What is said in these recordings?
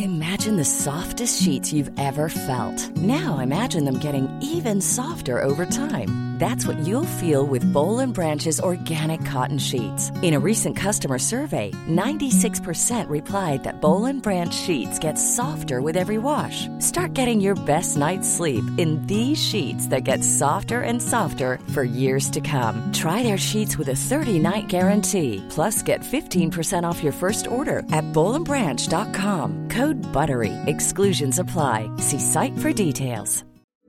Imagine the softest sheets you've ever felt. Now imagine them getting even softer over time. That's what you'll feel with Boll & Branch's organic cotton sheets. In a recent customer survey, 96% replied that Boll & Branch sheets get softer with every wash. Start getting your best night's sleep in these sheets that get softer and softer for years to come. Try their sheets with a 30-night guarantee. Plus, get 15% off your first order at bollandbranch.com. Code BUTTERY. Exclusions apply. See site for details.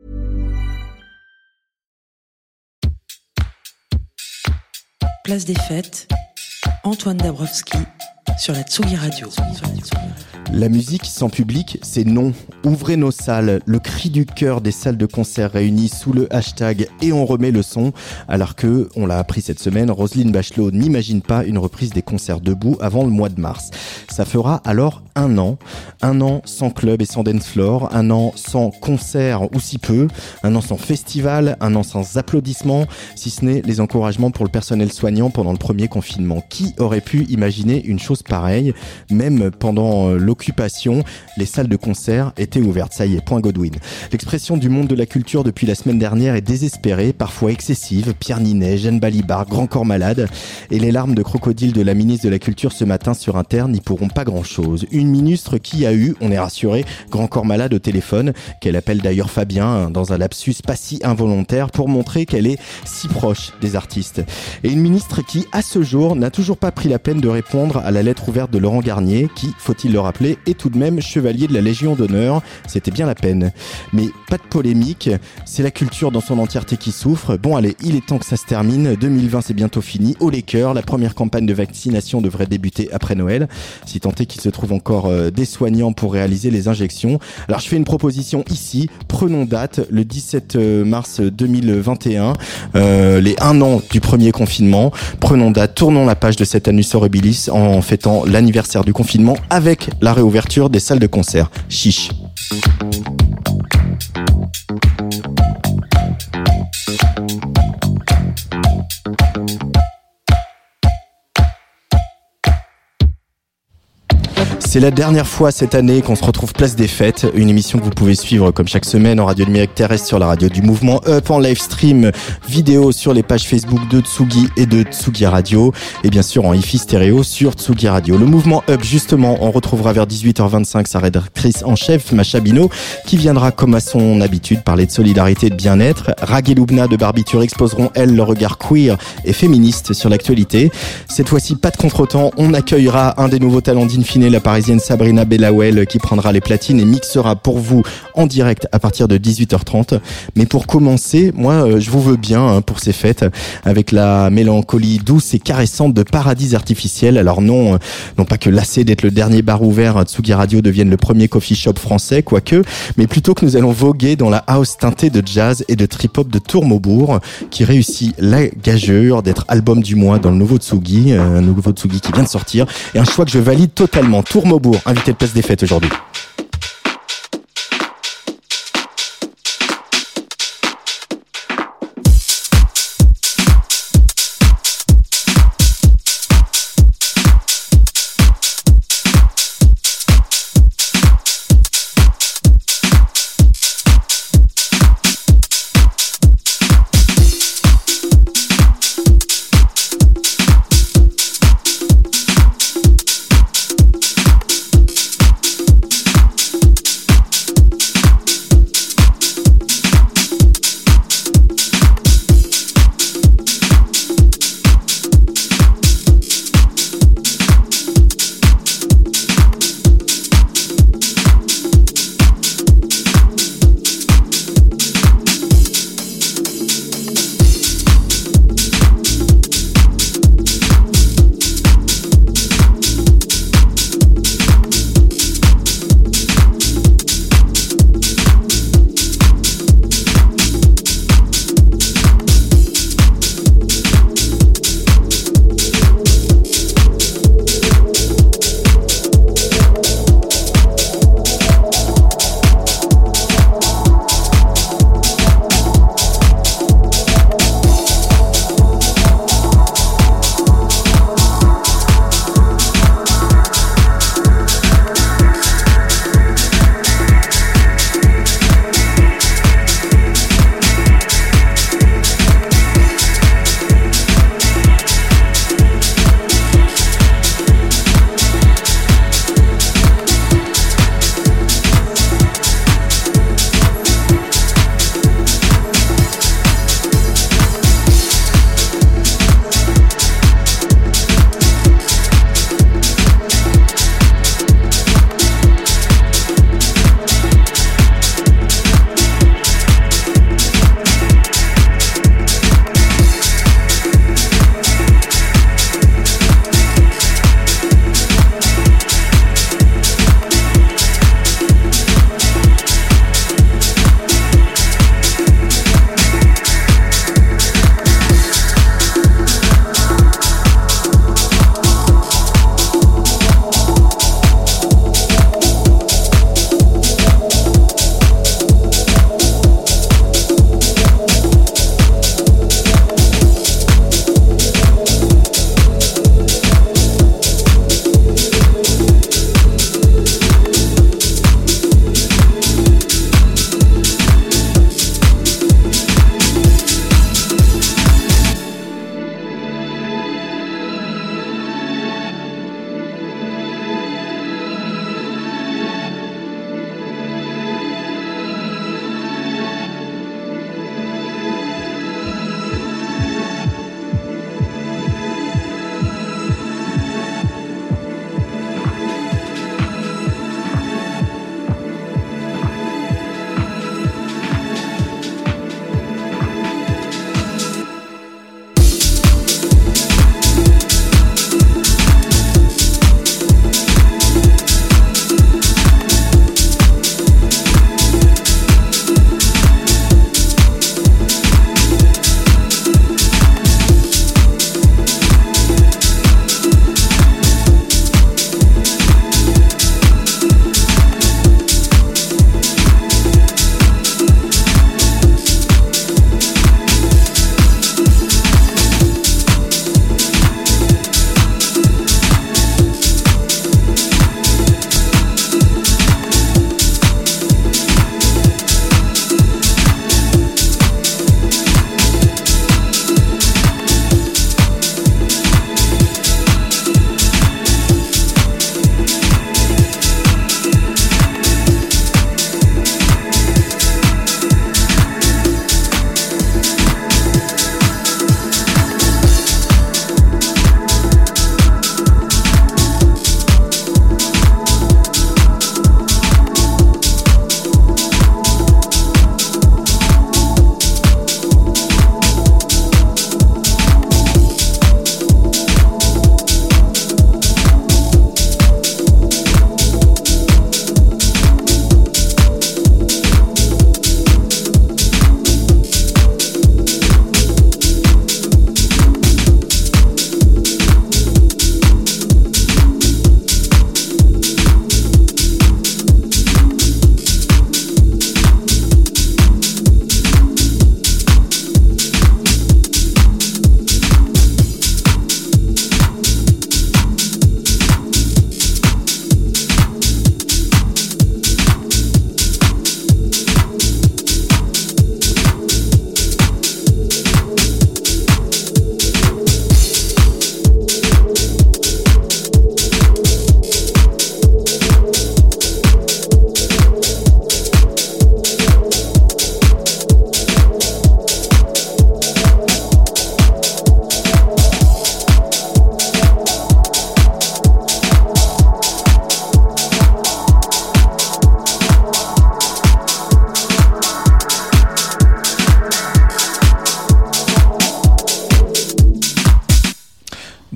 Place des Fêtes, Antoine Dabrowski sur la Tsugi Radio. La musique sans public, c'est non. Ouvrez nos salles, le cri du cœur des salles de concert réunies sous le hashtag « Et on remet le son », alors que, on l'a appris cette semaine, Roselyne Bachelot n'imagine pas une reprise des concerts debout avant le mois de mars. Ça fera alors un an sans club et sans dance floor, un an sans concert ou si peu, un an sans festival, un an sans applaudissements, si ce n'est les encouragements pour le personnel soignant pendant le premier confinement. Qui aurait pu imaginer une chose pareille? Même pendant l'occupation, les salles de concert étaient ouvertes. Ça y est, point Godwin. L'expression du monde de la culture depuis la semaine dernière est désespérée, parfois excessive. Pierre Ninet, Jeanne Balibar, Grand Corps Malade. Et les larmes de crocodile de la ministre de la Culture ce matin sur Inter n'y pourront pas grand-chose. Une ministre qui a eu, on est rassuré, Grand Corps Malade au téléphone, qu'elle appelle d'ailleurs Fabien, dans un lapsus pas si involontaire, pour montrer qu'elle est si proche des artistes. Et une ministre qui, à ce jour, n'a toujours pas pris la peine de répondre à la lettre ouverte de Laurent Garnier, qui, faut-il le rappeler, est tout de même chevalier de la Légion d'honneur. C'était bien la peine. Mais pas de polémique, c'est la culture dans son entièreté qui souffre. Bon allez, il est temps que ça se termine. 2020 c'est bientôt fini. Haut les cœurs, la première campagne de vaccination devrait débuter après Noël. Si tant est qu'il se trouve encore des soignants pour réaliser les injections. Alors je fais une proposition ici. Prenons date, le 17 mars 2021, les 1 an du premier confinement. Prenons date, tournons la page de cet annus horribilis en fêtant l'anniversaire du confinement avec la réouverture des salles de concert. Chiche. C'est la dernière fois cette année qu'on se retrouve Place des Fêtes, une émission que vous pouvez suivre comme chaque semaine en radio numérique terrestre sur la radio du Mouvement Up, en live stream vidéo sur les pages Facebook de Tsugi et de Tsugi Radio, et bien sûr en hi-fi stéréo sur Tsugi Radio. Le Mouvement Up, justement, on retrouvera vers 18h25 sa rédactrice en chef, Macha Bino, qui viendra comme à son habitude parler de solidarité et de bien-être. Rag et Loubna de Barbiture exposeront, elles, leur regard queer et féministe sur l'actualité. Cette fois-ci, pas de contretemps, on accueillera un des nouveaux talents d'Infine, la parisienne Sabrina Bellawel, qui prendra les platines et mixera pour vous en direct à partir de 18h30. Mais pour commencer, moi je vous veux bien pour ces fêtes, avec la mélancolie douce et caressante de Paradis Artificiel. Alors non pas que lassé d'être le dernier bar ouvert, Tsugi Radio devienne le premier coffee shop français, quoique, mais plutôt que nous allons voguer dans la house teintée de jazz et de trip-hop de Tourmaubourg, qui réussit la gageure d'être album du mois dans le nouveau Tsugi, un nouveau Tsugi qui vient de sortir, et un choix que je valide totalement. Tourmaubourg, invité de Place des Fêtes aujourd'hui.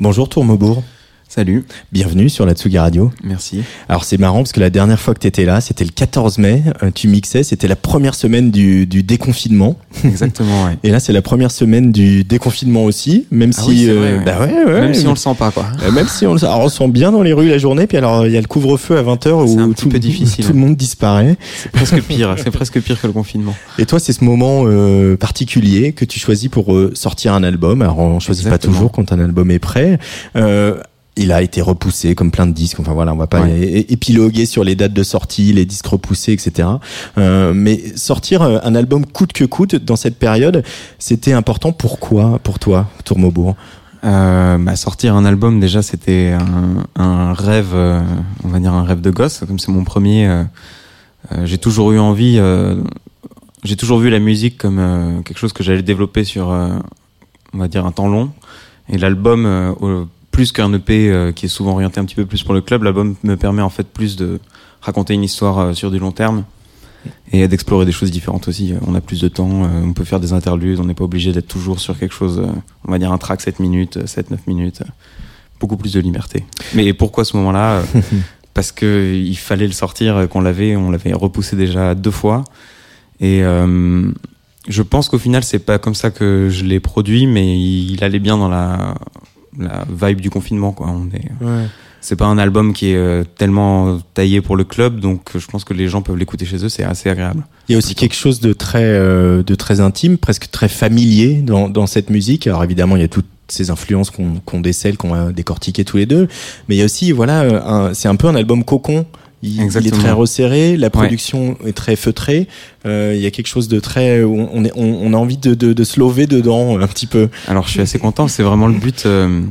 Bonjour Tourmaubourg. Salut. Bienvenue sur la Tsugi Radio. Merci. Alors c'est marrant parce que la dernière fois que tu étais là, c'était le 14 mai, tu mixais, c'était la première semaine du déconfinement. Exactement, ouais. Et là c'est la première semaine du déconfinement aussi, même si... Oui, c'est vrai, ouais. Bah ouais, même si on le sent pas, quoi. Même si on le sent. Alors on sent bien dans les rues la journée, puis alors il y a le couvre-feu à 20h où peu difficile, tout le monde disparaît. C'est presque pire, c'est presque pire que le confinement. Et toi c'est ce moment particulier que tu choisis pour sortir un album. Alors on choisit Exactement. Pas toujours quand un album est prêt. Il a été repoussé comme plein de disques. Enfin voilà, on va pas épiloguer sur les dates de sortie, les disques repoussés, etc. Mais sortir un album coûte que coûte dans cette période, c'était important. Pourquoi pour toi, Tourmaubourg? Sortir un album, déjà, c'était un rêve, on va dire un rêve de gosse. Comme c'est mon premier, j'ai toujours eu envie. J'ai toujours vu la musique comme quelque chose que j'allais développer sur, on va dire, un temps long. Et l'album plus qu'un EP qui est souvent orienté un petit peu plus pour le club, l'album me permet en fait plus de raconter une histoire sur du long terme et d'explorer des choses différentes aussi. On a plus de temps, on peut faire des interludes, on n'est pas obligé d'être toujours sur quelque chose, on va dire un track 7 minutes, 7-9 minutes, beaucoup plus de liberté. Mais pourquoi ce moment-là Parce qu'il fallait le sortir, on l'avait repoussé déjà 2 fois et je pense qu'au final c'est pas comme ça que je l'ai produit, mais il allait bien dans la vibe du confinement, quoi. C'est pas un album qui est tellement taillé pour le club, donc je pense que les gens peuvent l'écouter chez eux, c'est assez agréable. Il y a aussi quelque chose de très intime, presque très familier dans cette musique. Alors évidemment, il y a toutes ces influences qu'on décèle, qu'on va décortiquer tous les deux, mais il y a aussi c'est un peu un album cocon. Il est très resserré, la production est très feutrée. Il y a quelque chose de très, on a envie de se lever dedans un petit peu. Alors je suis assez content, c'est vraiment le but.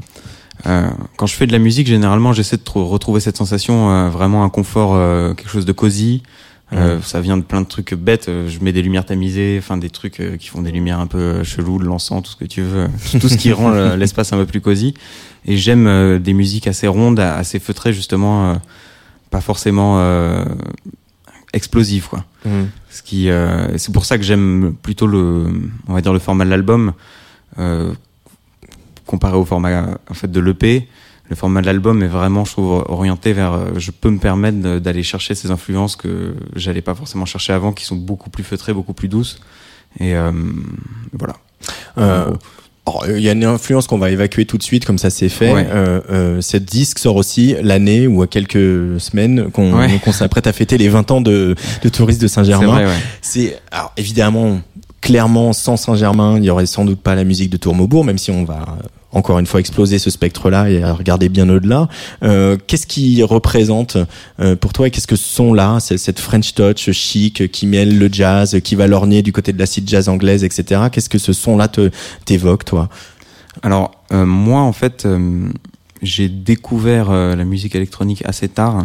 Quand je fais de la musique, généralement, j'essaie de retrouver cette sensation, vraiment un confort, quelque chose de cosy. Ça vient de plein de trucs bêtes. Je mets des lumières tamisées, enfin des trucs qui font des lumières un peu cheloues, de l'encens, tout ce que tu veux, tout ce qui rend l'espace un peu plus cosy. Et j'aime des musiques assez rondes, assez feutrées justement. Pas forcément explosif, quoi. Ce qui c'est pour ça que j'aime plutôt on va dire le format de l'album comparé au format en fait de l'EP. Le format de l'album est vraiment, je trouve, orienté vers je peux me permettre d'aller chercher ces influences que j'allais pas forcément chercher avant, qui sont beaucoup plus feutrées, beaucoup plus douces, et voilà. Il y a une influence qu'on va évacuer tout de suite, comme ça c'est fait. Cette disque sort aussi l'année ou à quelques semaines qu'on s'apprête à fêter les 20 ans de Touristes de Saint-Germain. C'est vrai, alors évidemment, clairement, sans Saint-Germain, il y aurait sans doute pas la musique de Tourmaubourg, même si on va encore une fois exploser ce spectre-là et regarder bien au-delà. Qu'est-ce qui représente pour toi et qu'est-ce que ce son-là, cette French touch chic qui mêle le jazz, qui va lorgner du côté de l'acid jazz anglaise, etc. Qu'est-ce que ce son-là t'évoque, toi? Alors, moi, en fait, j'ai découvert la musique électronique assez tard.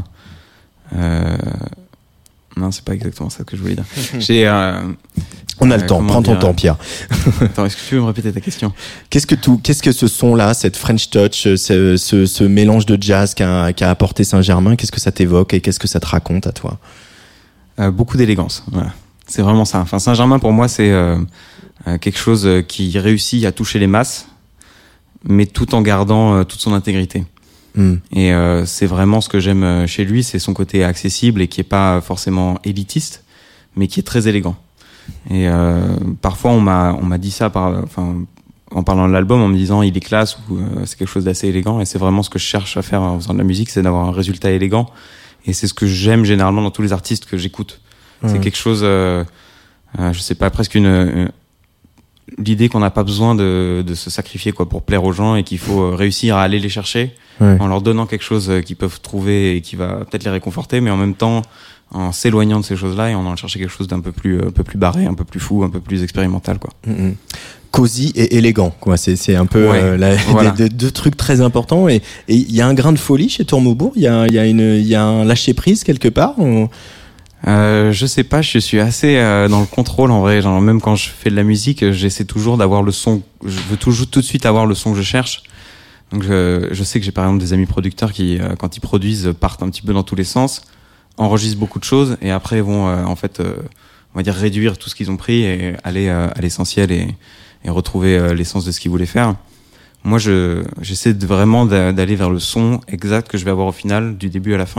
Non, c'est pas exactement ça que je voulais dire. On a le temps, prends ton temps, Pierre. Attends, est-ce que tu veux me répéter ta question? Qu'est-ce que ce son-là, cette French touch, ce mélange de jazz qu'a apporté Saint-Germain, qu'est-ce que ça t'évoque et qu'est-ce que ça te raconte à toi? Beaucoup d'élégance, voilà. C'est vraiment ça. Enfin, Saint-Germain, pour moi, c'est quelque chose qui réussit à toucher les masses, mais tout en gardant toute son intégrité. Et c'est vraiment ce que j'aime chez lui, c'est son côté accessible et qui est pas forcément élitiste, mais qui est très élégant. Et parfois on m'a dit ça en parlant de l'album, en me disant il est classe ou c'est quelque chose d'assez élégant, et c'est vraiment ce que je cherche à faire en faisant de la musique, c'est d'avoir un résultat élégant, et c'est ce que j'aime généralement dans tous les artistes que j'écoute. C'est quelque chose, je sais pas, presque l'idée qu'on n'a pas besoin de se sacrifier, quoi, pour plaire aux gens, et qu'il faut réussir à aller les chercher en leur donnant quelque chose qu'ils peuvent trouver et qui va peut-être les réconforter, mais en même temps en s'éloignant de ces choses-là et en allant chercher quelque chose d'un peu plus barré, un peu plus fou, un peu plus expérimental, quoi. Cosy et élégant, quoi. C'est un peu deux trucs très importants, et il y a un grain de folie chez Tourmaubourg. Il y a un lâcher prise quelque part. Je sais pas, je suis assez dans le contrôle en vrai. Genre, même quand je fais de la musique, j'essaie toujours d'avoir le son. Je veux toujours tout de suite avoir le son que je cherche. Donc je sais que j'ai par exemple des amis producteurs qui, quand ils produisent, partent un petit peu dans tous les sens, enregistrent beaucoup de choses et après vont on va dire réduire tout ce qu'ils ont pris et aller à l'essentiel et retrouver l'essence de ce qu'ils voulaient faire. Moi, j'essaie vraiment d'aller vers le son exact que je vais avoir au final, du début à la fin,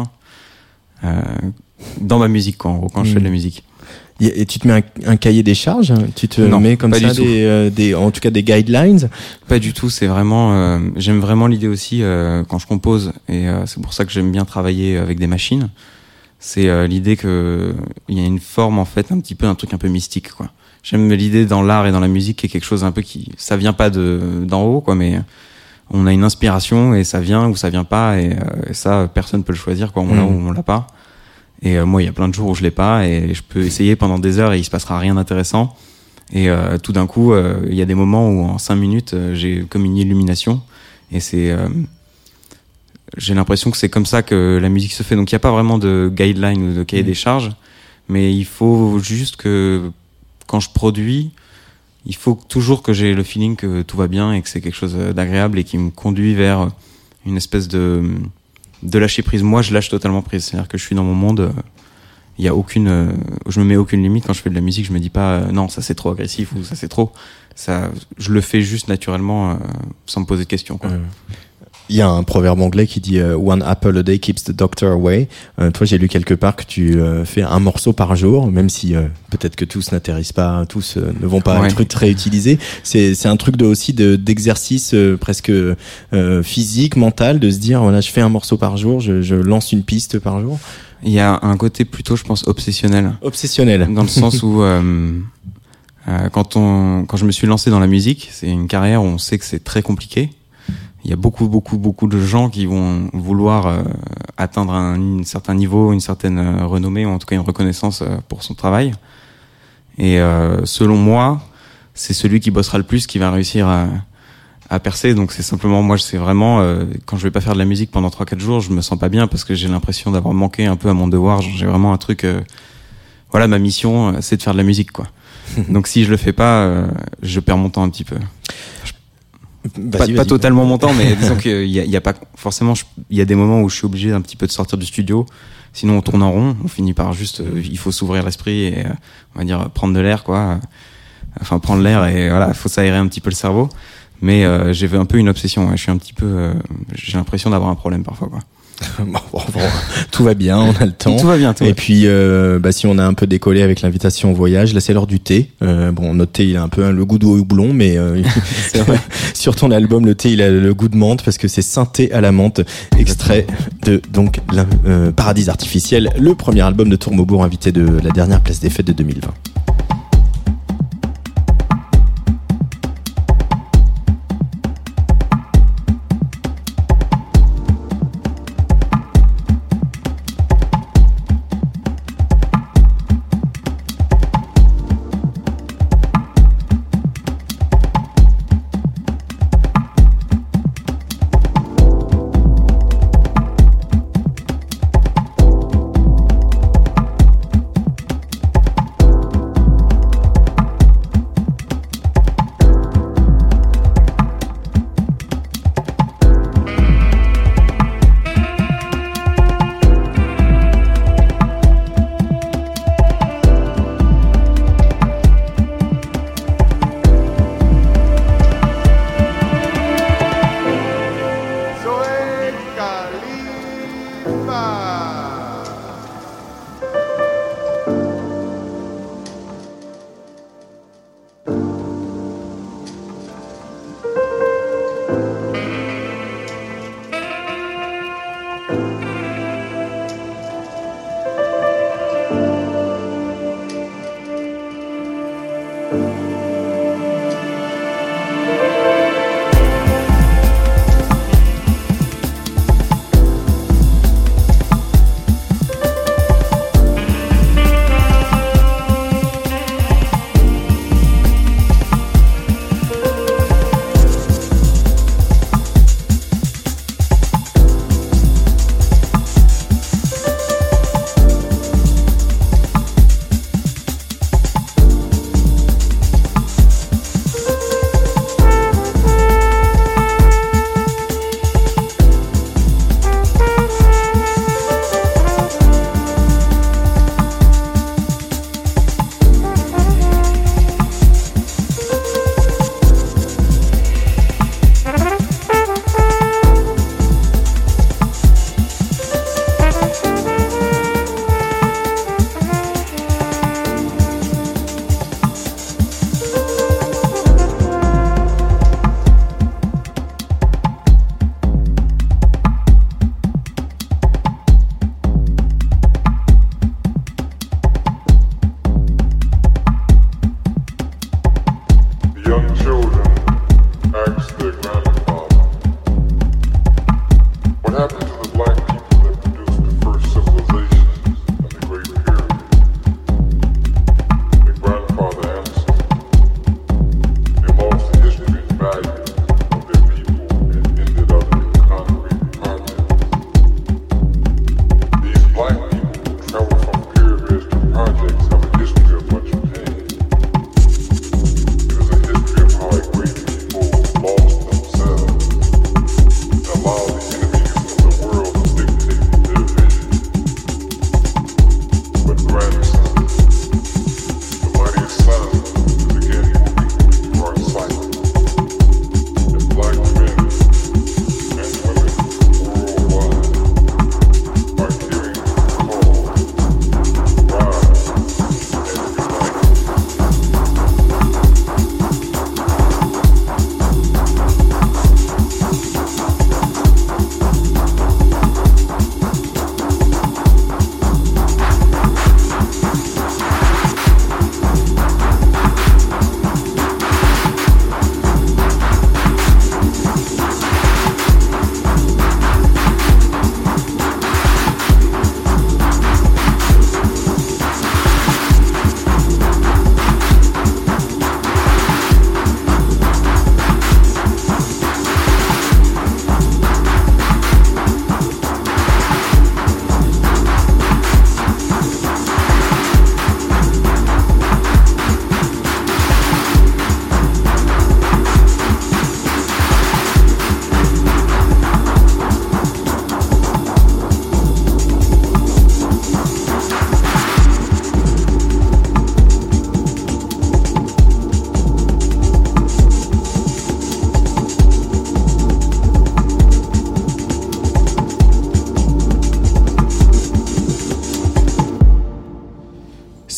dans ma musique, quoi, en gros, quand je fais de la musique. Et tu te mets un cahier des charges? Tu te mets comme ça en tout cas des guidelines? Pas du tout, c'est vraiment... j'aime vraiment l'idée aussi quand je compose, et c'est pour ça que j'aime bien travailler avec des machines. C'est l'idée que il y a une forme, en fait, un truc un peu mystique, quoi. J'aime l'idée dans l'art et dans la musique qui est quelque chose un peu ça vient pas d'en haut, quoi, mais on a une inspiration et ça vient ou ça vient pas, et ça, personne peut le choisir, quoi. On l'a ou on l'a pas. Et moi, il y a plein de jours où je l'ai pas, et je peux essayer pendant des heures et il se passera rien d'intéressant. Et tout d'un coup, il y a des moments où en 5 minutes, j'ai comme une illumination. Et j'ai l'impression que c'est comme ça que la musique se fait. Donc il n'y a pas vraiment de guideline ou de cahier des charges, mais il faut juste que quand je produis, il faut toujours que j'ai le feeling que tout va bien et que c'est quelque chose d'agréable et qui me conduit vers une espèce de lâcher prise. Moi, je lâche totalement prise. C'est-à-dire que je suis dans mon monde. Il y a je me mets aucune limite quand je fais de la musique. Je me dis pas non, ça c'est trop agressif ou ça c'est trop. Ça, je le fais juste naturellement, sans me poser de questions, quoi. Il y a un proverbe anglais qui dit one apple a day keeps the doctor away. Toi, j'ai lu quelque part que tu fais un morceau par jour, même si peut-être que tous n'atterrissent pas, tous ne vont pas être très utilisés. C'est un truc d'exercice presque physique, mental, de se dire voilà, je fais un morceau par jour, je lance une piste par jour. Il y a un côté plutôt, je pense, obsessionnel. Obsessionnel. Dans le sens où quand je me suis lancé dans la musique, c'est une carrière où on sait que c'est très compliqué. Il y a beaucoup de gens qui vont vouloir atteindre un certain niveau, une certaine renommée, ou en tout cas une reconnaissance pour son travail. Et selon moi, c'est celui qui bossera le plus qui va réussir à percer. Donc c'est simplement, moi, c'est vraiment, quand je vais pas faire de la musique pendant 3-4 jours, je me sens pas bien parce que j'ai l'impression d'avoir manqué un peu à mon devoir. J'ai vraiment un truc, voilà, ma mission, c'est de faire de la musique, quoi. Donc si je le fais pas, je perds mon temps un petit peu. Pas totalement mon temps, mais disons qu'il y a pas forcément, il y a des moments où je suis obligé un petit peu de sortir du studio, sinon on tourne en rond, on finit par juste, il faut s'ouvrir l'esprit et on va dire prendre de l'air, quoi. Enfin prendre l'air et voilà, faut s'aérer un petit peu le cerveau. Mais j'ai un peu une obsession, je suis un petit peu, j'ai l'impression d'avoir un problème parfois, quoi. Bon, tout va bien, on a le temps. Tout va bien. Et puis, si on a un peu décollé avec l'invitation au voyage, là c'est l'heure du thé. Notre thé, il a un peu le goût de houblon, mais c'est vrai. Sur ton album, le thé, il a le goût de menthe parce que c'est Synthé à la menthe, extrait de donc Paradis artificiel, le premier album de Tourmaubourg, invité de la dernière Place des Fêtes de 2020.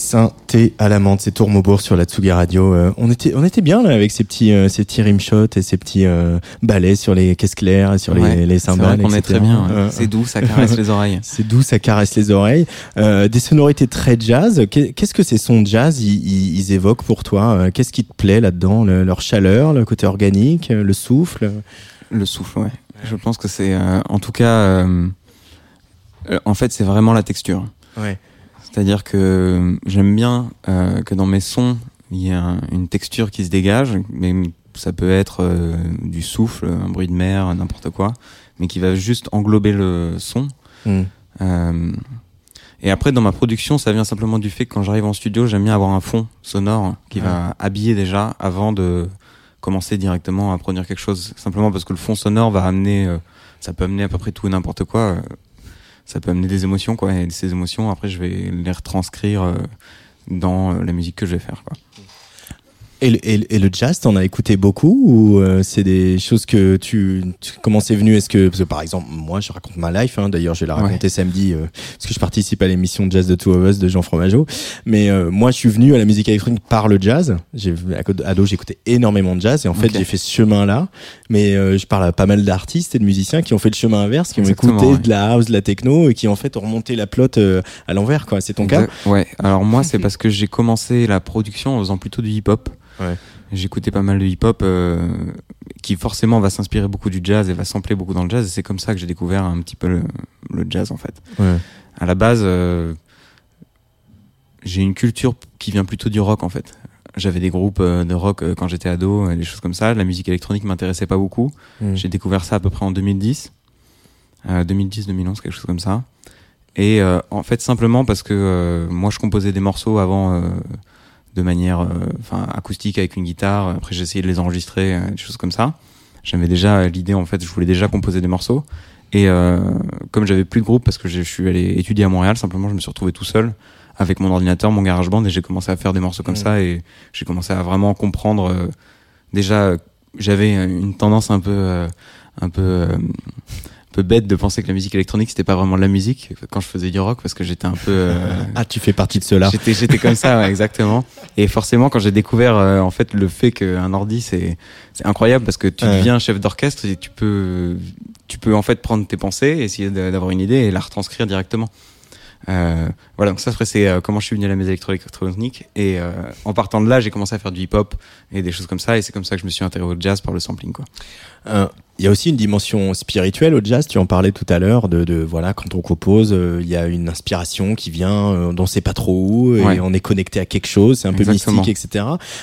Synthé à la menthe, c'est Tourmaubourg sur la Tsugi Radio. On était bien là avec ces petits rimshots et ces petits ballets sur les caisses claires et sur les cymbales. C'est vrai qu'on est très bien. C'est doux, ça caresse les oreilles. C'est doux, ça caresse les oreilles. Des sonorités très jazz. Qu'est-ce que ces sons de jazz ils évoquent pour toi? Qu'est-ce qui te plaît là-dedans? Leur chaleur, le côté organique, le souffle? Le souffle, ouais. Je pense que c'est, en tout cas, en fait, c'est vraiment la texture. Ouais. C'est-à-dire que j'aime bien que dans mes sons, il y a une texture qui se dégage, mais ça peut être du souffle, un bruit de mer, n'importe quoi, mais qui va juste englober le son. Et après, dans ma production, ça vient simplement du fait que quand j'arrive en studio, j'aime bien avoir un fond sonore qui va habiller déjà avant de commencer directement à produire quelque chose. Simplement parce que le fond sonore va amener, ça peut amener à peu près tout et n'importe quoi. Ça peut amener des émotions, quoi. Et ces émotions, après, je vais les retranscrire dans la musique que je vais faire, quoi. Et le jazz, t'en as écouté beaucoup ou c'est des choses que comment c'est venu? Parce que par exemple, moi, je raconte ma life, d'ailleurs, je vais la raconter samedi, parce que je participe à l'émission Jazz de Two of Us de Jean Fromageau. Mais moi, je suis venu à la musique électronique par le jazz. Ado, j'écoutais énormément de jazz et en fait, j'ai fait ce chemin-là. Mais je parle à pas mal d'artistes et de musiciens qui ont fait le chemin inverse, qui ont écouté de la house, de la techno et qui en fait ont remonté la plotte à l'envers, quoi. C'est ton cas? Ouais. Alors moi, c'est parce que j'ai commencé la production en faisant plutôt du hip-hop. Ouais. J'écoutais pas mal de hip-hop qui forcément va s'inspirer beaucoup du jazz et va sampler beaucoup dans le jazz, et c'est comme ça que j'ai découvert un petit peu le jazz en fait. Ouais. À la base, j'ai une culture qui vient plutôt du rock en fait. J'avais des groupes de rock quand j'étais ado, des choses comme ça. La musique électronique m'intéressait pas beaucoup. J'ai découvert ça à peu près en 2010, 2011, quelque chose comme ça. Et en fait simplement parce que moi je composais des morceaux avant de manière acoustique avec une guitare. Après j'ai essayé de les enregistrer, des choses comme ça. J'avais déjà l'idée, en fait, je voulais déjà composer des morceaux, et comme j'avais plus de groupe parce que je suis allé étudier à Montréal, simplement je me suis retrouvé tout seul avec mon ordinateur, mon GarageBand, et j'ai commencé à faire des morceaux comme ça, et j'ai commencé à vraiment comprendre. Déjà j'avais une tendance un peu bête de penser que la musique électronique c'était pas vraiment de la musique quand je faisais du rock, parce que j'étais un peu tu fais partie de ceux-là. J'étais comme ça, ouais, exactement. Et forcément quand j'ai découvert en fait le fait qu'un ordi c'est incroyable, parce que tu deviens chef d'orchestre et tu peux en fait prendre tes pensées, essayer d'avoir une idée et la retranscrire directement. Voilà, donc ça c'est comment je suis venu à la musique électronique, et en partant de là j'ai commencé à faire du hip-hop et des choses comme ça, et c'est comme ça que je me suis intéressé au jazz par le sampling, quoi. Il y a aussi une dimension spirituelle au jazz, tu en parlais tout à l'heure, de voilà, quand on compose, il y a une inspiration qui vient, on sait pas trop où, et on est connecté à quelque chose, c'est un peu mystique, etc.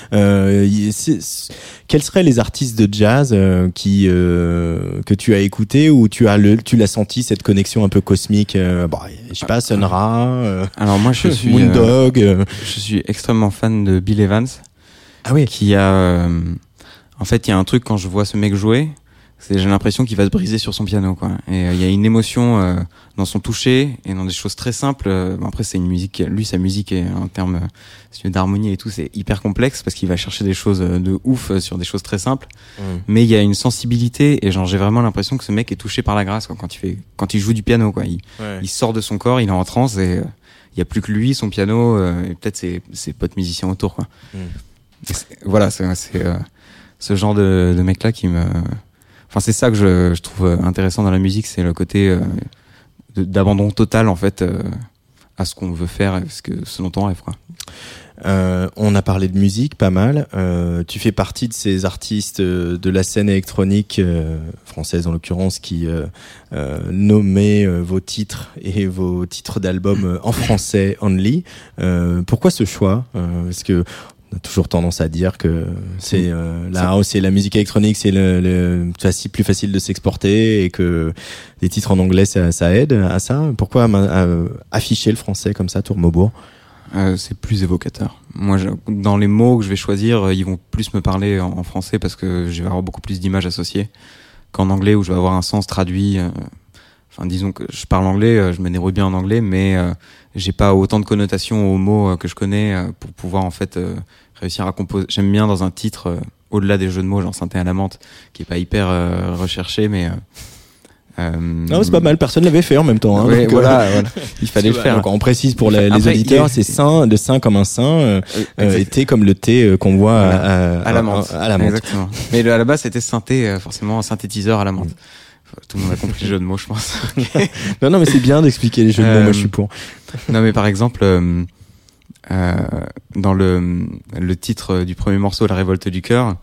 Quels seraient les artistes de jazz que tu as écoutés, ou tu l'as senti, cette connexion un peu cosmique, je sais pas, Sun Ra, alors moi je suis Moondog, je suis extrêmement fan de Bill Evans. Ah oui. Qui a en fait, il y a un truc quand je vois ce mec jouer, j'ai l'impression qu'il va se briser sur son piano, quoi. Et il y a une émotion dans son toucher et dans des choses très simples. Après, c'est une musique, lui, sa musique est en termes d'harmonie et tout, c'est hyper complexe parce qu'il va chercher des choses de ouf sur des choses très simples. Mais il y a une sensibilité, et genre j'ai vraiment l'impression que ce mec est touché par la grâce, quoi, quand il joue du piano, quoi. Il sort de son corps, il est en transe, et il y a plus que lui, son piano, et peut-être ses potes musiciens autour, quoi. Voilà, c'est ce genre de mec-là qui me... Enfin, c'est ça que je trouve intéressant dans la musique, c'est le côté d'abandon total, en fait, à ce qu'on veut faire, ce dont on rêve, quoi. On a parlé de musique pas mal. Tu fais partie de ces artistes de la scène électronique française en l'occurrence qui nommaient vos titres et vos titres d'albums en français only. Pourquoi ce choix? Parce que on a toujours tendance à dire que c'est la house et la musique électronique, c'est plus facile de s'exporter, et que des titres en anglais ça aide à ça. Pourquoi afficher le français comme ça, Tourmaubourg? C'est plus évocateur. Moi, dans les mots que je vais choisir, ils vont plus me parler en français, parce que je vais avoir beaucoup plus d'images associées qu'en anglais, où je vais avoir un sens traduit. Enfin, disons que je parle anglais, je me débrouille bien en anglais, mais j'ai pas autant de connotations aux mots que je connais pour pouvoir en fait réussir à composer. J'aime bien dans un titre, au-delà des jeux de mots, genre synthé à la menthe, qui est pas hyper recherché, mais Non, c'est pas mal, personne l'avait fait en même temps. Hein, ouais, donc, voilà. Il fallait le faire. Donc, on précise pour les Après, auditeurs, c'est sain, de sain comme un sain, et thé comme le thé qu'on boit à la menthe. À la menthe. Exactement. Mais à la base, c'était synthé, forcément un synthétiseur à la menthe. Tout le monde a compris le jeu de mots, je pense. Non, mais c'est bien d'expliquer les jeux de mots, moi je suis pour. Non, mais par exemple, dans le titre du premier morceau, La révolte du cœur,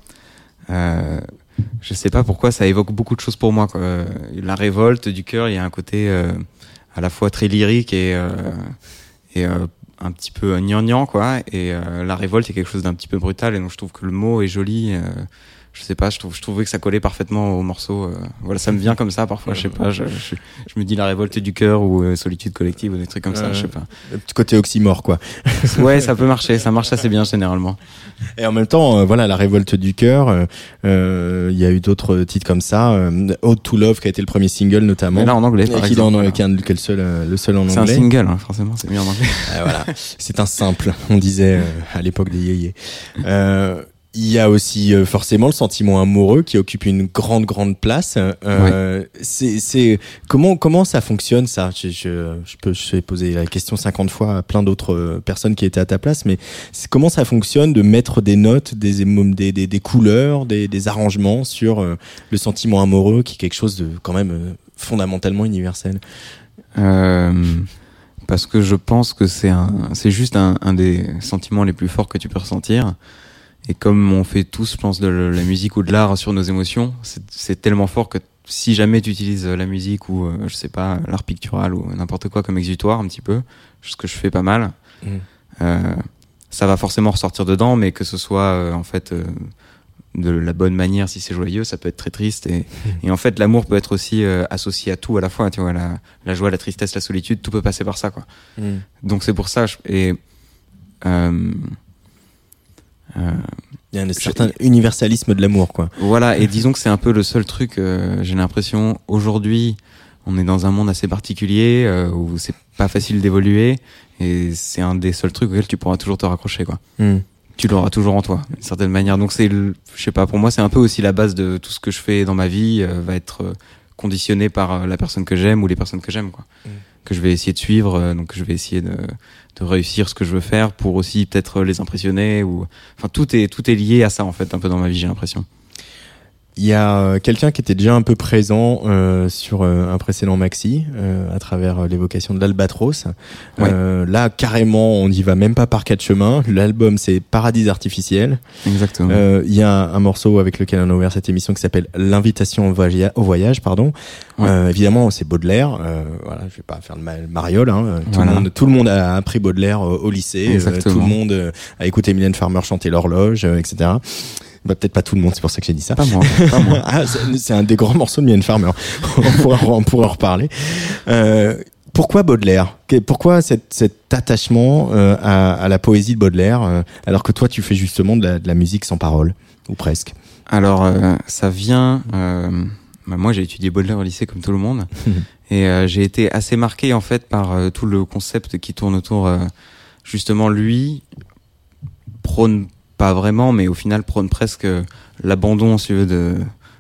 je sais pas pourquoi ça évoque beaucoup de choses pour moi, quoi. La révolte du cœur, il y a un côté à la fois très lyrique et un petit peu gnangnan, quoi. Et la révolte est quelque chose d'un petit peu brutal, et donc je trouve que le mot est joli. Je sais pas, je trouvais que ça collait parfaitement au morceau. Voilà, ça me vient comme ça parfois, je sais pas. Je me dis La révolte du cœur ou Solitude collective ou des trucs comme ça, je sais pas. Le petit côté oxymore, quoi. Ouais, ça peut marcher, ça marche assez bien généralement. Et en même temps, voilà, La révolte du cœur. Il y a eu d'autres titres comme ça. Ode to Love, qui a été le premier single notamment. Mais là en anglais, par exemple. Qui est le seul en anglais. C'est un single, hein, forcément, c'est mieux en anglais. Voilà, c'est un simple, on disait à l'époque des yéyés. Il y a aussi forcément le sentiment amoureux qui occupe une grande place. Ouais. C'est comment ça fonctionne, ça? Je vais poser la question 50 fois à plein d'autres personnes qui étaient à ta place, mais comment ça fonctionne de mettre des notes, des couleurs, des arrangements sur le sentiment amoureux, qui est quelque chose de quand même fondamentalement universel? Parce que je pense que c'est juste un des sentiments les plus forts que tu peux ressentir. Et comme on fait tous, je pense, de la musique ou de l'art sur nos émotions, c'est tellement fort que si jamais tu utilises la musique ou, je sais pas, l'art pictural ou n'importe quoi comme exutoire un petit peu, ce que je fais pas mal, ça va forcément ressortir dedans, mais que ce soit, en fait, de la bonne manière, si c'est joyeux, ça peut être très triste. Et en fait, l'amour peut être aussi associé à tout à la fois, tu vois, la joie, la tristesse, la solitude, tout peut passer par ça, quoi. Donc c'est pour ça, il y a un certain universalisme de l'amour, quoi. Voilà, et disons que c'est un peu le seul truc, j'ai l'impression, aujourd'hui, on est dans un monde assez particulier, où c'est pas facile d'évoluer, et c'est un des seuls trucs auxquels tu pourras toujours te raccrocher, quoi. Tu l'auras toujours en toi, d'une certaine manière. Donc je sais pas, pour moi, c'est un peu aussi la base de tout ce que je fais dans ma vie, va être conditionné par la personne que j'aime ou les personnes que j'aime, quoi. Que je vais essayer de suivre, donc je vais essayer de réussir ce que je veux faire pour aussi peut-être les impressionner, ou enfin tout est lié à ça, en fait, un peu dans ma vie, j'ai l'impression. Il y a quelqu'un qui était déjà un peu présent sur un précédent maxi à travers l'évocation de l'Albatros. Ouais. Là, carrément, on n'y va même pas par quatre chemins. L'album, c'est Paradis artificiel. Exactement. Il y a un morceau avec lequel on a ouvert cette émission qui s'appelle L'invitation au voyage, pardon. Ouais. Évidemment, c'est Baudelaire. Voilà, je vais pas faire de mariole. Hein. Voilà. Tout le monde a appris Baudelaire au lycée. Tout le monde a écouté Mylène Farmer chanter l'horloge, etc. Bah, peut-être pas tout le monde, c'est pour ça que j'ai dit ça. Pas moi. Ah, c'est un des grands morceaux de Mylène Farmer. on pourra en reparler. Pourquoi Baudelaire? Pourquoi cet attachement à la poésie de Baudelaire, alors que toi tu fais justement de la musique sans parole, ou presque? Alors, ça vient... moi, j'ai étudié Baudelaire au lycée comme tout le monde. Et j'ai été assez marqué, en fait, par tout le concept qui tourne autour... justement, lui prône pas vraiment, mais au final prône presque l'abandon, si tu veux, de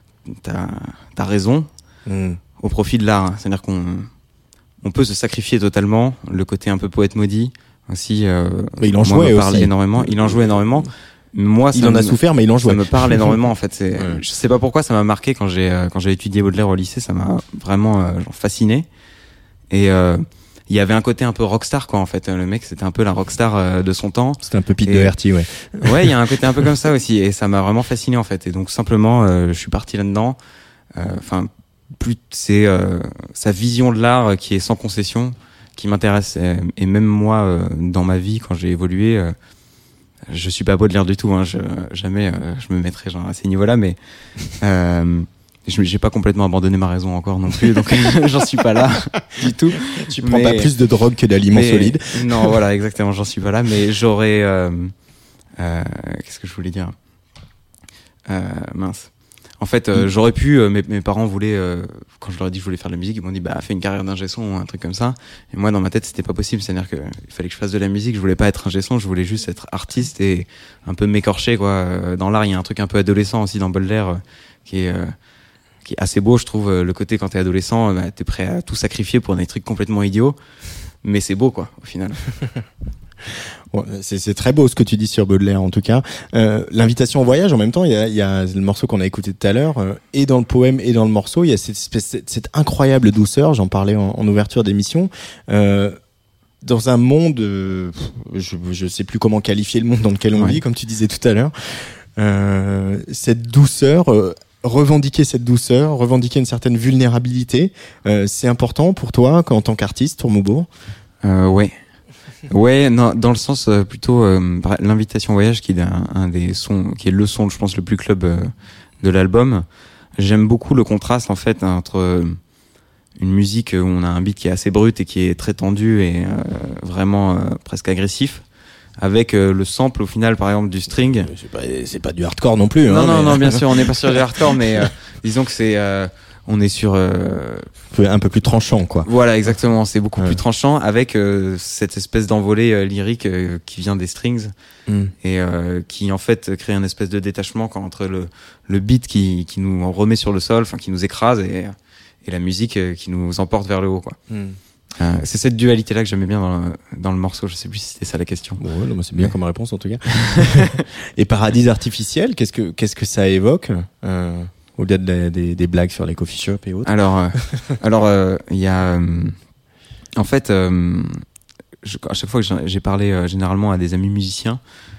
ta raison au profit de l'art. C'est-à-dire qu'on peut se sacrifier totalement, le côté un peu poète maudit aussi. Mais il en jouait aussi. Énormément. Il en jouait énormément. Moi, il en a souffert, mais il en jouait. Ça me parle énormément, en fait. Je sais pas pourquoi ça m'a marqué quand j'ai étudié Baudelaire au lycée. Ça m'a vraiment fasciné. Et il y avait un côté un peu rockstar, quoi, en fait. Le mec, c'était un peu la rockstar de son temps. C'était un peu Pete Doherty, ouais. Ouais, il y a un côté un peu comme ça aussi. Et ça m'a vraiment fasciné, en fait. Et donc, simplement, je suis parti là-dedans. Enfin, plus c'est sa vision de l'art qui est sans concession, qui m'intéresse. Et même moi, dans ma vie, quand j'ai évolué, je suis pas Baudelaire du tout. Hein. Jamais je me mettrais genre à ces niveaux-là, mais j'ai pas complètement abandonné ma raison encore non plus, donc j'en suis pas là du tout. Tu prends pas plus de drogue que d'aliments solides. Non, voilà, exactement, j'en suis pas là, mais j'aurais... qu'est-ce que je voulais dire mince. En fait, j'aurais pu... mes parents voulaient... quand je leur ai dit que je voulais faire de la musique, ils m'ont dit bah fais une carrière d'ingé son ou un truc comme ça. Et moi, dans ma tête, c'était pas possible. C'est-à-dire qu'il fallait que je fasse de la musique. Je voulais pas être ingé son, je voulais juste être artiste et un peu m'écorcher, quoi. Dans l'art, il y a un truc un peu adolescent aussi dans Baudelaire qui est qui est assez beau, je trouve. Le côté quand t'es adolescent, t'es prêt à tout sacrifier pour des trucs complètement idiots, mais c'est beau quoi au final. Ouais, c'est très beau ce que tu dis sur Baudelaire en tout cas. L'invitation au voyage en même temps, il y a le morceau qu'on a écouté tout à l'heure, et dans le poème et dans le morceau, il y a cette incroyable douceur, j'en parlais en ouverture d'émission. Dans un monde, je sais plus comment qualifier le monde dans lequel on vit, comme tu disais tout à l'heure, cette douceur, revendiquer cette douceur, revendiquer une certaine vulnérabilité, c'est important pour toi en tant qu'artiste, Tourmaubourg? Ouais, non, dans le sens plutôt l'invitation au voyage qui est un des sons, qui est le son, je pense, le plus club de l'album. J'aime beaucoup le contraste en fait entre une musique où on a un beat qui est assez brut et qui est très tendu et vraiment presque agressif, avec le sample au final par exemple du string. C'est pas du hardcore non plus. Non, bien sûr, on n'est pas sur du hardcore, mais disons que c'est on est sur un peu plus tranchant quoi. Voilà, exactement, c'est beaucoup plus tranchant avec cette espèce d'envolée lyrique qui vient des strings et qui en fait crée un espèce de détachement entre le beat qui nous remet sur le sol, enfin qui nous écrase et la musique qui nous emporte vers le haut quoi. C'est cette dualité là que j'aimais bien dans le morceau. Je sais plus si c'était ça la question. Bon, ouais, non, c'est bien comme réponse en tout cas. Et Paradis artificiel, qu'est-ce que ça évoque au-delà des blagues sur les coffee shops et autres? Alors il y a en fait à chaque fois que j'ai parlé généralement à des amis musiciens,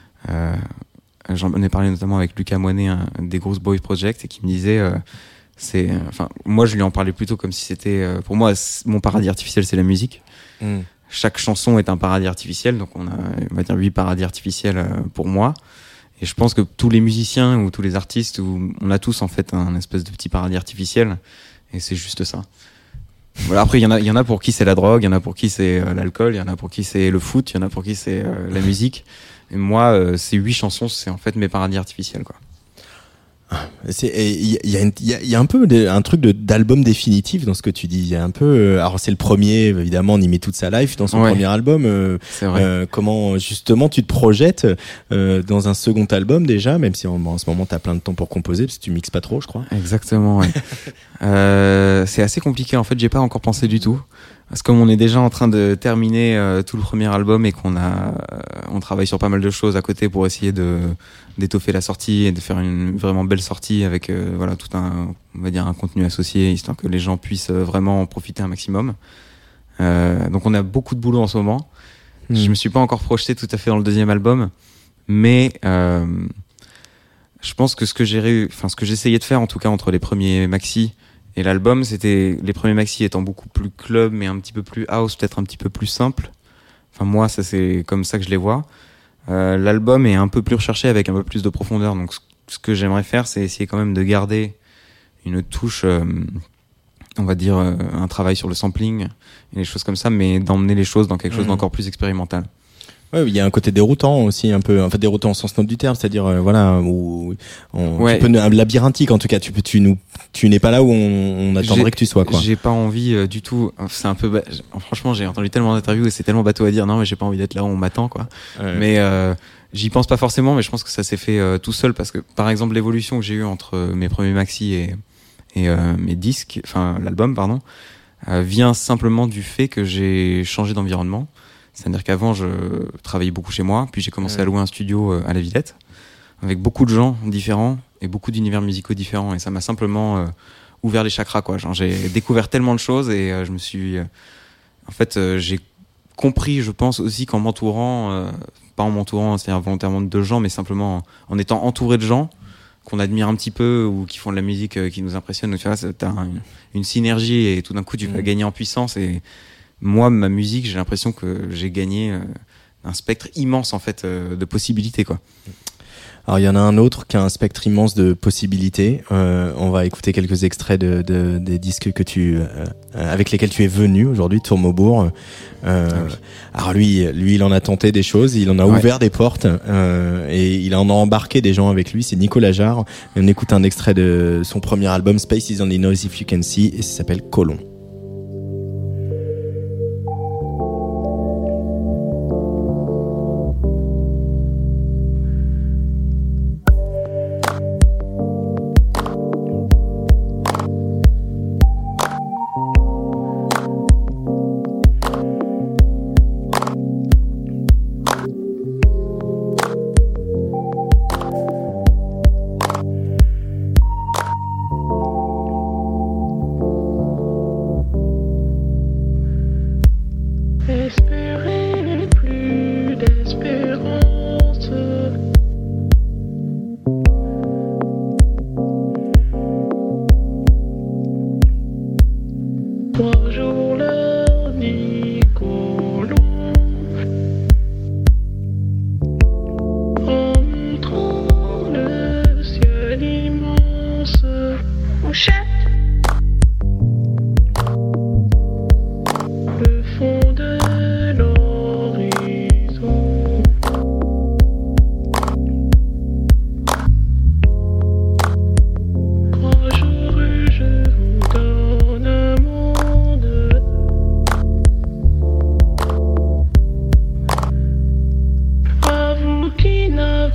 j'en ai parlé notamment avec Lucas Moinet des Grosse Boys Project, et qui me disait moi je lui en parlais plutôt comme si c'était pour moi mon paradis artificiel c'est la musique. Chaque chanson est un paradis artificiel, donc on va dire 8 paradis artificiels pour moi, et je pense que tous les musiciens ou tous les artistes, on a tous en fait un espèce de petit paradis artificiel, et c'est juste ça. Voilà, après il y en a pour qui c'est la drogue, il y en a pour qui c'est l'alcool, il y en a pour qui c'est le foot, il y en a pour qui c'est la musique, et moi ces 8 chansons c'est en fait mes paradis artificiels quoi. Il y a un peu un truc d'album définitif dans ce que tu dis. Il y a un peu, alors c'est le premier, évidemment, on y met toute sa life dans son premier album. C'est vrai. Comment justement tu te projettes dans un second album déjà, même si en ce moment t'as plein de temps pour composer parce que tu mixes pas trop, je crois. Exactement. Ouais. C'est assez compliqué en fait. J'ai pas encore pensé du tout. Parce que comme on est déjà en train de terminer tout le premier album et on travaille sur pas mal de choses à côté pour essayer d'étoffer la sortie et de faire une vraiment belle sortie avec tout on va dire un contenu associé, histoire que les gens puissent vraiment en profiter un maximum. Donc on a beaucoup de boulot en ce moment. Je me suis pas encore projeté tout à fait dans le deuxième album, mais je pense que ce que j'essayais de faire en tout cas entre les premiers maxi et l'album, c'était les premiers maxi étant beaucoup plus club, mais un petit peu plus house, peut-être un petit peu plus simple. Enfin moi, ça c'est comme ça que je les vois. L'album est un peu plus recherché avec un peu plus de profondeur. Donc ce que j'aimerais faire, c'est essayer quand même de garder une touche, on va dire un travail sur le sampling et des choses comme ça, mais d'emmener les choses dans quelque chose d'encore plus expérimental. Ouais, il y a un côté déroutant aussi, un peu, enfin déroutant au sens noble du terme, c'est-à-dire où labyrinthique en tout cas. Tu n'es pas là où on attendrait que tu sois quoi. J'ai pas envie du tout. C'est un peu, franchement, j'ai entendu tellement d'interviews et c'est tellement bateau à dire. Non, mais j'ai pas envie d'être là où on m'attend quoi. Ouais. Mais j'y pense pas forcément, mais je pense que ça s'est fait tout seul parce que par exemple l'évolution que j'ai eue entre mes premiers maxi et mes disques, enfin l'album pardon, vient simplement du fait que j'ai changé d'environnement. C'est-à-dire qu'avant, je travaillais beaucoup chez moi, puis j'ai commencé à louer un studio à la Villette, avec beaucoup de gens différents et beaucoup d'univers musicaux différents. Et ça m'a simplement ouvert les chakras, quoi. Genre, j'ai découvert tellement de choses et je me suis... en fait, j'ai compris, je pense, aussi qu'en m'entourant, pas en m'entourant, c'est-à-dire volontairement de gens, mais simplement en étant entouré de gens qu'on admire un petit peu ou qui font de la musique qui nous impressionne. Donc, tu vois, t'as une synergie et tout d'un coup, tu vas gagner en puissance et... Moi, ma musique, j'ai l'impression que j'ai gagné un spectre immense en fait de possibilités quoi. Alors il y en a un autre qui a un spectre immense de possibilités. On va écouter quelques extraits des disques que avec lesquels tu es venu aujourd'hui, Tourmaubourg. Alors lui, il en a tenté des choses, il en a ouvert des portes et il en a embarqué des gens avec lui. C'est Nicolas Jarre. On écoute un extrait de son premier album Space Is Only Noise If You Can See et ça s'appelle Colon.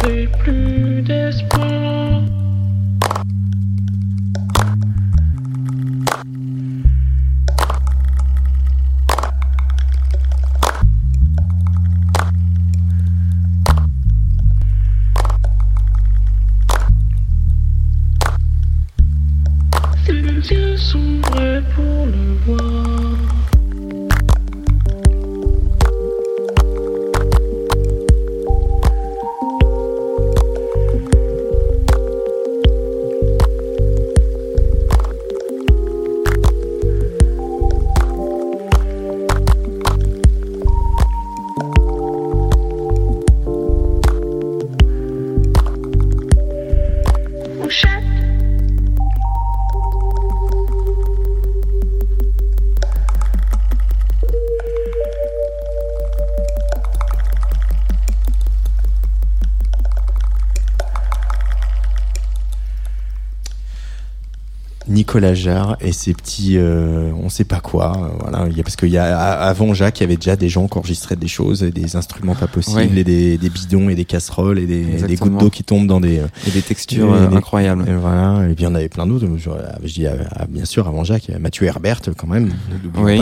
et plus d'espoir. Ses yeux sont vrais pour le voir. Nicolas Jarre et ses petits on sait pas quoi, voilà, parce qu'il y a avant Jacques il y avait déjà des gens qui enregistraient des choses, des instruments pas possibles, ouais. Et des bidons et des casseroles et des gouttes d'eau qui tombent dans des et des textures incroyables. Et voilà, et puis il y en avait plein d'autres. Je dis bien sûr avant Jacques, Mathieu Herbert quand même. Oui.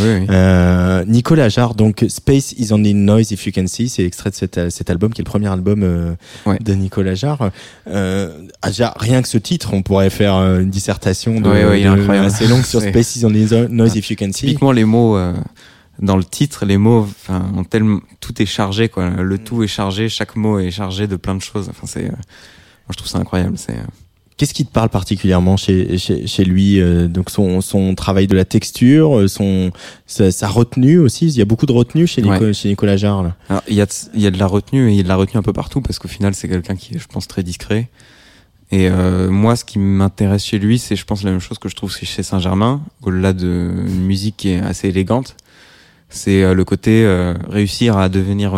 Nicolas Jarre, donc Space is only noise if you can see, c'est extrait de cet album qui est le premier album de Nicolas Jarre. Déjà rien que ce titre, on pourrait faire une dissertation assez longue sur Space is only noise if you can see. Typiquement les mots dans le titre, les mots ont tellement, tout est chargé quoi, le tout est chargé, chaque mot est chargé de plein de choses. Enfin c'est moi je trouve ça incroyable, c'est Qu'est-ce qui te parle particulièrement chez lui, donc son travail de la texture, sa retenue aussi. Il y a beaucoup de retenue chez Nicolas Jarre. Là. Alors, il y a de la retenue et il y a de la retenue un peu partout parce qu'au final c'est quelqu'un qui est, je pense, très discret. Et moi, ce qui m'intéresse chez lui, c'est, je pense, la même chose que je trouve chez Saint-Germain, au-delà d'une musique qui est assez élégante. C'est le côté réussir à devenir,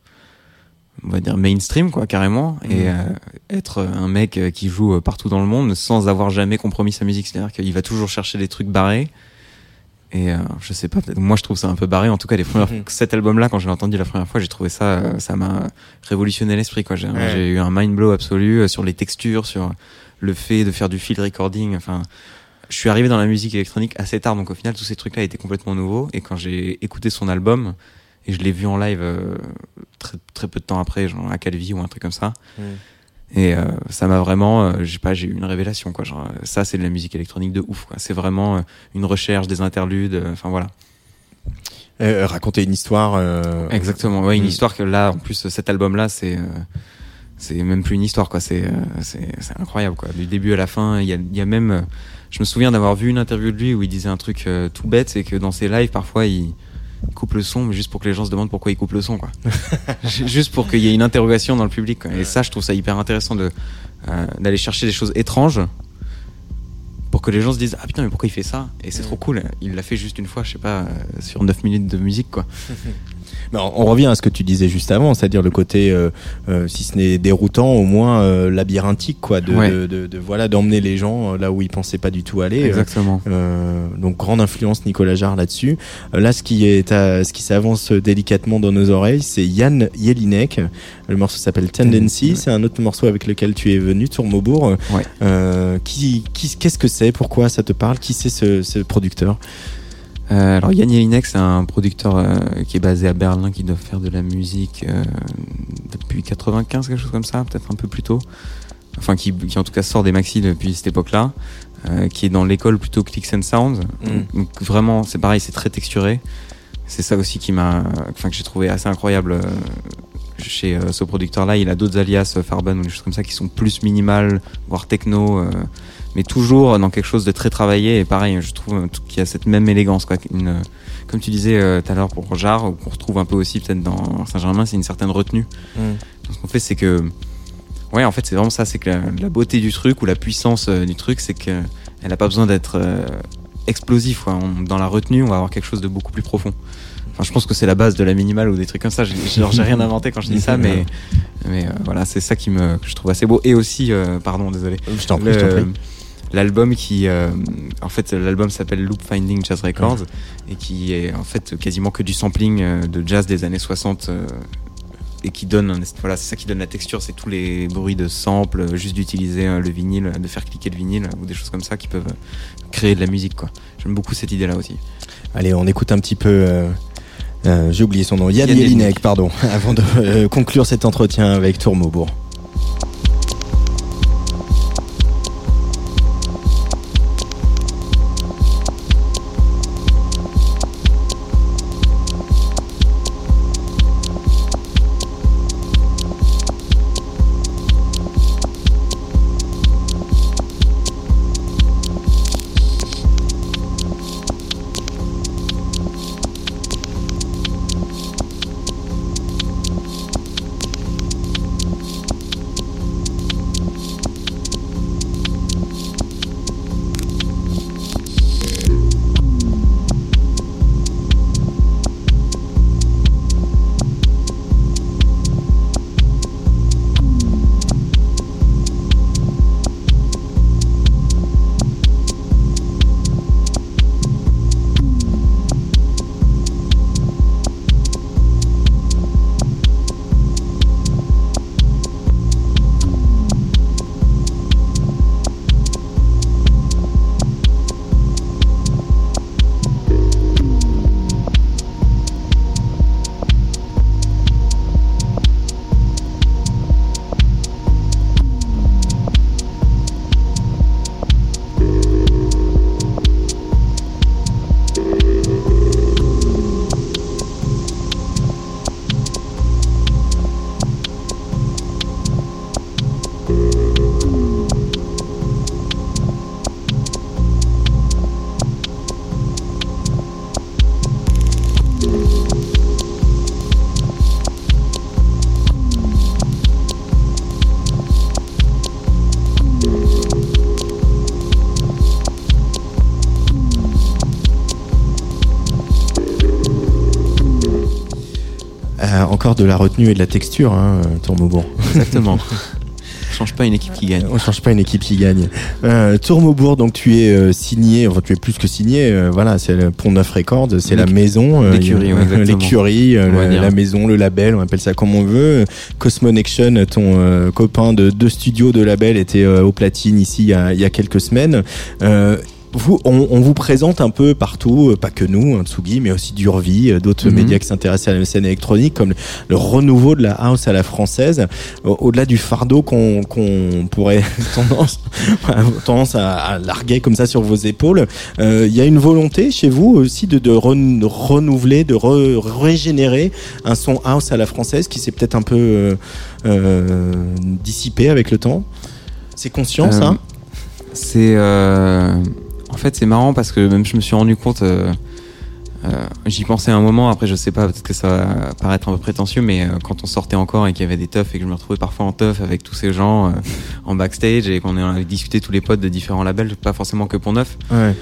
on va dire, mainstream, quoi, carrément, et être un mec qui joue partout dans le monde sans avoir jamais compromis sa musique. C'est-à-dire qu'il va toujours chercher des trucs barrés. Et je sais pas, peut-être moi je trouve ça un peu barré. En tout cas, cet album-là, quand je l'ai entendu la première fois, j'ai trouvé ça m'a révolutionné l'esprit, quoi. J'ai eu un mind blow absolu sur les textures, sur le fait de faire du field recording. Enfin, je suis arrivé dans la musique électronique assez tard, donc au final tous ces trucs-là étaient complètement nouveaux. Et quand j'ai écouté son album et je l'ai vu en live très très peu de temps après, genre à Calvi ou un truc comme ça. Et ça m'a vraiment, j'ai eu une révélation, quoi. Genre, ça, c'est de la musique électronique de ouf, quoi. C'est vraiment une recherche, des interludes, enfin voilà. Raconter une histoire. Exactement, ouais, une histoire que là, en plus, cet album-là, c'est même plus une histoire, quoi. C'est incroyable, quoi. Du début à la fin, il y a même, je me souviens d'avoir vu une interview de lui où il disait un truc tout bête, c'est que dans ses lives, parfois, il coupe le son, mais juste pour que les gens se demandent pourquoi il coupe le son, quoi. Juste pour qu'il y ait une interrogation dans le public, quoi. Et ça, je trouve ça hyper intéressant d'aller chercher des choses étranges pour que les gens se disent ah putain, mais pourquoi il fait ça, et c'est trop cool. Il l'a fait juste une fois, je sais pas, sur 9 minutes de musique, quoi. On revient à ce que tu disais juste avant, c'est-à-dire le côté, si ce n'est déroutant, au moins labyrinthique, quoi, d'emmener les gens là où ils pensaient pas du tout aller. Exactement. Donc grande influence Nicolas Jarre là-dessus. Là, ce qui s'avance délicatement dans nos oreilles, c'est Jan Jelinek. Le morceau s'appelle Tendency. C'est un autre morceau avec lequel tu es venu sur Maubourg. Qu'est-ce que c'est? Pourquoi ça te parle? Qui c'est ce producteur? Alors Jan Jelinek, c'est un producteur qui est basé à Berlin, qui doit faire de la musique depuis 95, quelque chose comme ça, peut-être un peu plus tôt. Enfin, qui en tout cas sort des maxi depuis cette époque-là, qui est dans l'école plutôt Clicks and Sounds. Donc vraiment, c'est pareil, c'est très texturé. C'est ça aussi que j'ai trouvé assez incroyable chez ce producteur-là. Il a d'autres alias, Farben ou des choses comme ça, qui sont plus minimales, voire techno. Mais toujours dans quelque chose de très travaillé, et pareil, je trouve qu'il y a cette même élégance, quoi. Comme tu disais tout à l'heure pour Jarre, qu'on retrouve un peu aussi peut-être dans Saint-Germain, c'est une certaine retenue. Donc, ce qu'on fait, c'est que, ouais, en fait, c'est vraiment ça, c'est que la beauté du truc ou la puissance du truc, c'est que elle a pas besoin d'être explosif, quoi. Dans la retenue, on va avoir quelque chose de beaucoup plus profond. Enfin, je pense que c'est la base de la minimale ou des trucs comme ça. J'ai rien inventé quand je dis ça, mais voilà, c'est ça que je trouve assez beau. Et aussi, pardon, désolé. Je t'en prie. L'album en fait, l'album s'appelle Loop Finding Jazz Records, et qui est en fait quasiment que du sampling de jazz des années 60 et qui donne voilà, c'est ça qui donne la texture, c'est tous les bruits de sample, juste d'utiliser le vinyle, de faire cliquer le vinyle ou des choses comme ça qui peuvent créer de la musique, quoi. J'aime beaucoup cette idée là aussi. Allez, on écoute un petit peu j'ai oublié son nom, Yann Jelinek, pardon, avant de conclure cet entretien avec Tour Maubourg. Encore de la retenue et de la texture, hein, Tour Maubourg. Exactement. On change pas une équipe qui gagne. On change pas une équipe qui gagne. Tour Maubourg, donc tu es signé, enfin tu es plus que signé, voilà, c'est le Pont-Neuf Records, c'est la maison, l'écurie, la maison, le label, on appelle ça comme on veut. Cosmonection, ton copain de studio de label, était au platine ici il y a quelques semaines. On vous présente un peu partout, pas que nous, Tsugi, mais aussi Durvi, d'autres médias qui s'intéressent à la scène électronique, comme le renouveau de la house à la française, au-delà du fardeau qu'on pourrait tendance à larguer comme ça sur vos épaules. Il y a une volonté chez vous aussi de renouveler, de régénérer un son house à la française qui s'est peut-être un peu dissipé avec le temps. C'est conscient, ça ? C'est en fait, c'est marrant parce que même je me suis rendu compte, j'y pensais un moment, après je sais pas, peut-être que ça va paraître un peu prétentieux, mais quand on sortait encore et qu'il y avait des teufs et que je me retrouvais parfois en teuf avec tous ces gens en backstage et qu'on avait discuté tous les potes de différents labels, pas forcément que Pont-Neuf,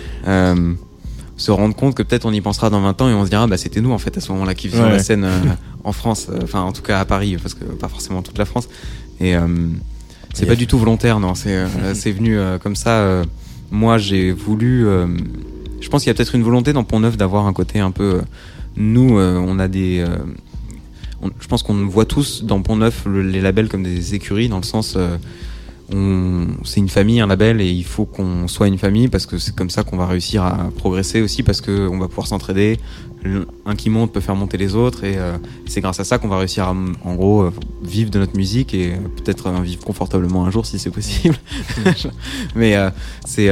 se rendre compte que peut-être on y pensera dans 20 ans et on se dira, bah c'était nous en fait à ce moment-là qui faisions la scène en France, enfin en tout cas à Paris, parce que pas forcément toute la France, et c'est pas du tout volontaire, non, c'est venu comme ça. Moi, j'ai voulu. Je pense qu'il y a peut-être une volonté dans Pont-Neuf d'avoir un côté un peu. Nous, on a des. Je pense qu'on voit tous dans Pont-Neuf les labels comme des écuries, dans le sens. C'est une famille, un label, et il faut qu'on soit une famille parce que c'est comme ça qu'on va réussir à progresser aussi, parce qu'on va pouvoir s'entraider. Un qui monte peut faire monter les autres, et c'est grâce à ça qu'on va réussir à, en gros, vivre de notre musique et peut-être vivre confortablement un jour si c'est possible. Mais c'est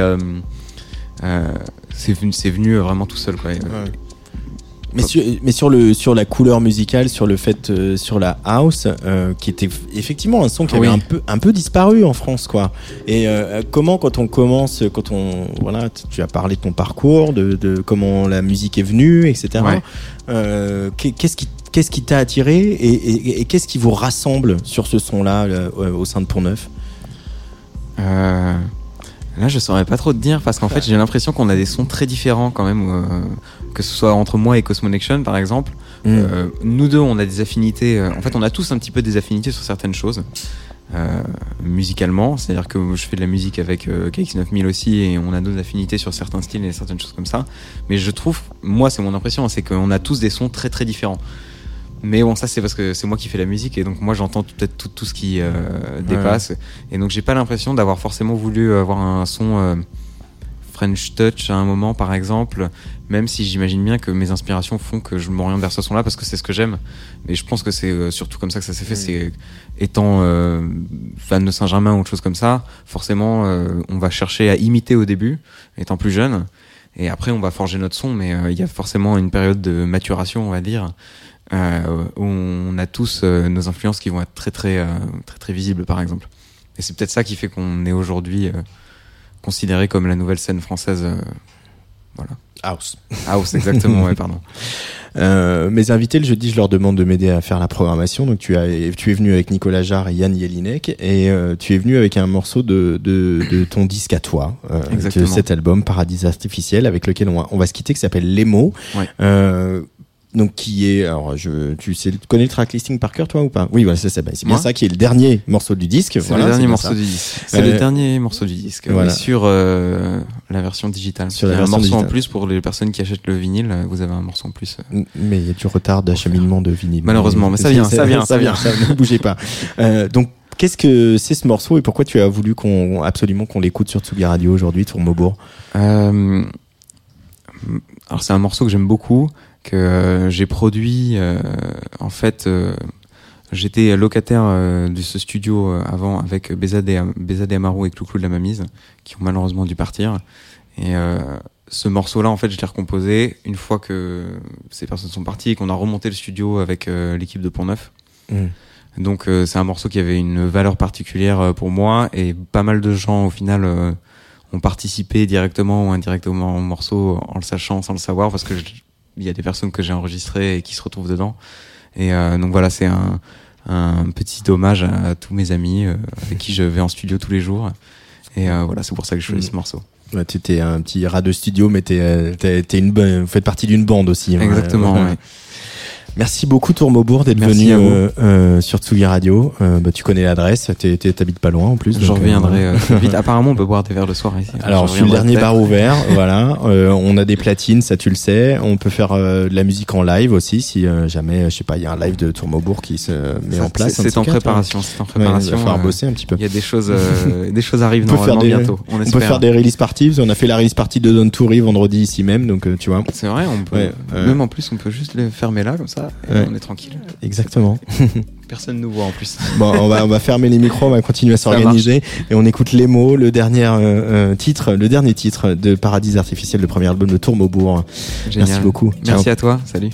venu vraiment tout seul, quoi. Mais sur la couleur musicale, sur le fait, sur la house, qui était effectivement un son qui avait un peu disparu en France, quoi. Et comment, quand on commence, voilà, tu as parlé de ton parcours, de comment la musique est venue, etc. Qu'est-ce qui t'a attiré et qu'est-ce qui vous rassemble sur ce son-là au sein de Pont-Neuf? Là, je saurais pas trop te dire, parce qu'en fait, j'ai l'impression qu'on a des sons très différents quand même, que ce soit entre moi et Cosmonection, par exemple. Nous deux, on a des affinités. En fait, on a tous un petit peu des affinités sur certaines choses, musicalement. C'est-à-dire que je fais de la musique avec KX9000 aussi, et on a nos affinités sur certains styles et certaines choses comme ça. Mais je trouve, moi, c'est mon impression, c'est qu'on a tous des sons très très différents. Mais bon, ça c'est parce que c'est moi qui fais la musique et donc moi j'entends peut-être tout ce qui dépasse. Et donc j'ai pas l'impression d'avoir forcément voulu avoir un son French Touch à un moment par exemple, même si j'imagine bien que mes inspirations font que je m'oriente vers ce son-là parce que c'est ce que j'aime. Mais je pense que c'est surtout comme ça que ça s'est fait. C'est étant fan de Saint-Germain ou autre chose comme ça, forcément on va chercher à imiter au début, étant plus jeune. Et après, on va forger notre son, mais il y a forcément une période de maturation, on va dire, où on a tous nos influences qui vont être très visibles, par exemple. Et c'est peut-être ça qui fait qu'on est aujourd'hui considéré comme la nouvelle scène française. Voilà. House, exactement, ouais, pardon. Mes invités, le jeudi, je leur demande de m'aider à faire la programmation. Donc tu es venu avec Nicolas Jarre et Yann Jelinek et tu es venu avec un morceau de ton disque à toi, de cet album Paradis Artificiel, avec lequel on va se quitter, qui s'appelle Les Mots. Ouais. Donc qui est, alors tu connais le track listing par cœur toi ou pas? Oui, voilà, c'est bien ça qui est le dernier morceau du disque. C'est le dernier morceau du disque. C'est le dernier morceau du disque. Voilà. Sur la version digitale. Sur la version un morceau digitale. En plus pour les personnes qui achètent le vinyle, vous avez un morceau en plus. Mais il y a du retard d'acheminement de vinyle. Malheureusement, mais ça vient. Ne bougez pas. Donc qu'est-ce que c'est ce morceau et pourquoi tu as voulu absolument qu'on l'écoute sur Tsugi Radio aujourd'hui, Tour Maubourg? Alors c'est un morceau que j'aime beaucoup, que j'ai produit. En fait, j'étais locataire de ce studio avant avec Bézade Amarou et Clouclou de la Mamise, qui ont malheureusement dû partir. Et ce morceau-là, en fait, je l'ai recomposé une fois que ces personnes sont parties et qu'on a remonté le studio avec l'équipe de Pont-Neuf. Donc c'est un morceau qui avait une valeur particulière pour moi et pas mal de gens au final ont participé directement ou indirectement au morceau en le sachant, sans le savoir, parce que il y a des personnes que j'ai enregistrées et qui se retrouvent dedans. Et donc voilà, c'est un petit hommage à tous mes amis avec qui je vais en studio tous les jours. Et voilà, c'est pour ça que je choisis ce morceau. Ouais, t'étais un petit rat de studio, mais vous faites partie d'une bande aussi. Exactement, ouais. Merci beaucoup Tour Maubourg d'être venu sur Tsugi Radio. Tu connais l'adresse, t'habites pas loin en plus. Je reviendrai vite. Apparemment on peut boire des verres le soir ici. Alors je suis le dernier bar ouvert, voilà. On a des platines, ça tu le sais. On peut faire de la musique en live aussi si jamais, je sais pas, il y a un live de Tour Maubourg qui se met en place. C'est en préparation. Ouais, il va falloir bosser un petit peu. Il y a des choses arrivent normalement bientôt. On peut faire des release parties. On a fait la release party de Don Toury vendredi ici même, donc tu vois. C'est vrai, on peut. Même en plus on peut juste les fermer là comme ça. On est tranquille. Exactement. Personne nous voit en plus. Bon, on va fermer les micros, on va continuer à s'organiser et on écoute Les Mots, le dernier titre de Paradis Artificiel, le premier album de Tour Maubourg. Génial. Merci beaucoup. Merci Ciao. à toi. Salut.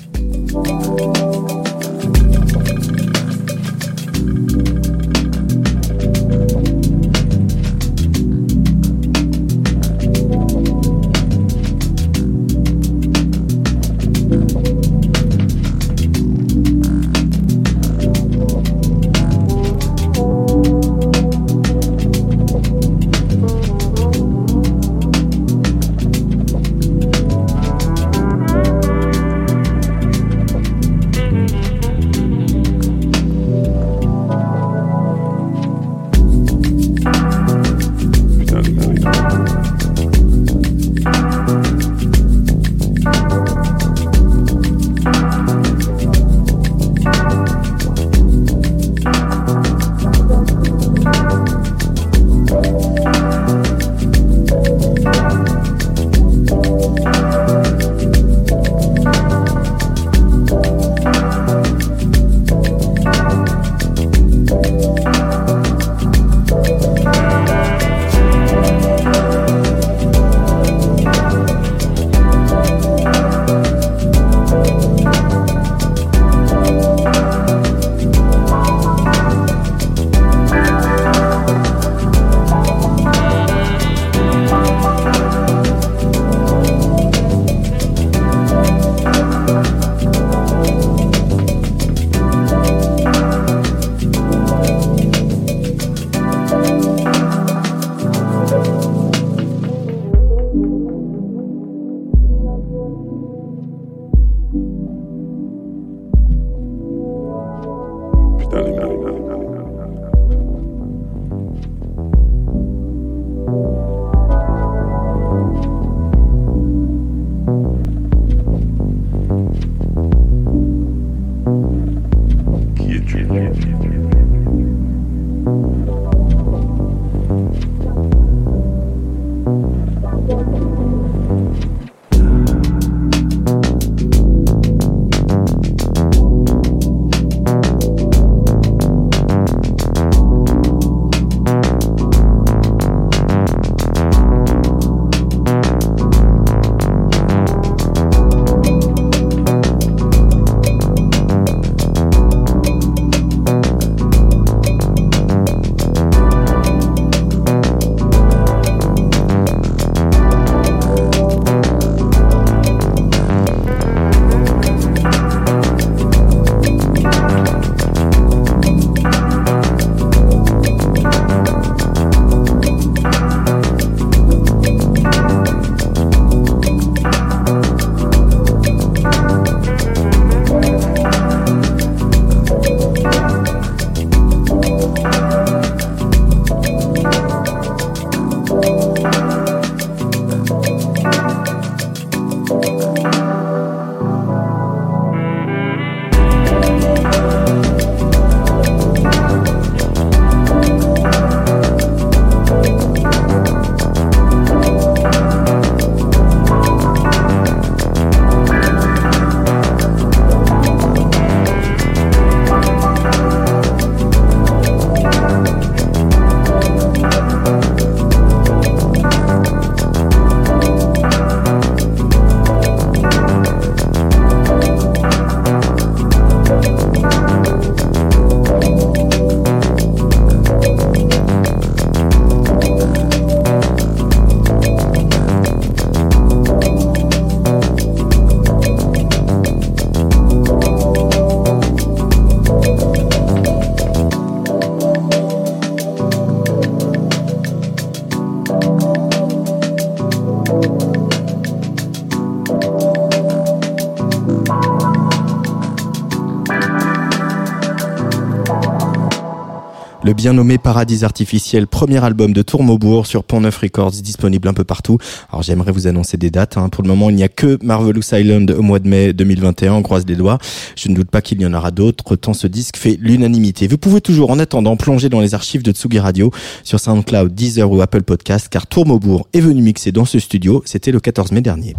Le bien nommé Paradis Artificiel, premier album de Tourmaubourg sur Pont-Neuf Records, disponible un peu partout. Alors j'aimerais vous annoncer des dates. Pour le moment, il n'y a que Marvelous Island au mois de mai 2021, on croise les doigts. Je ne doute pas qu'il y en aura d'autres, tant ce disque fait l'unanimité. Vous pouvez toujours, en attendant, plonger dans les archives de Tsugi Radio sur SoundCloud, Deezer ou Apple Podcast, car Tourmaubourg est venu mixer dans ce studio, c'était le 14 mai dernier.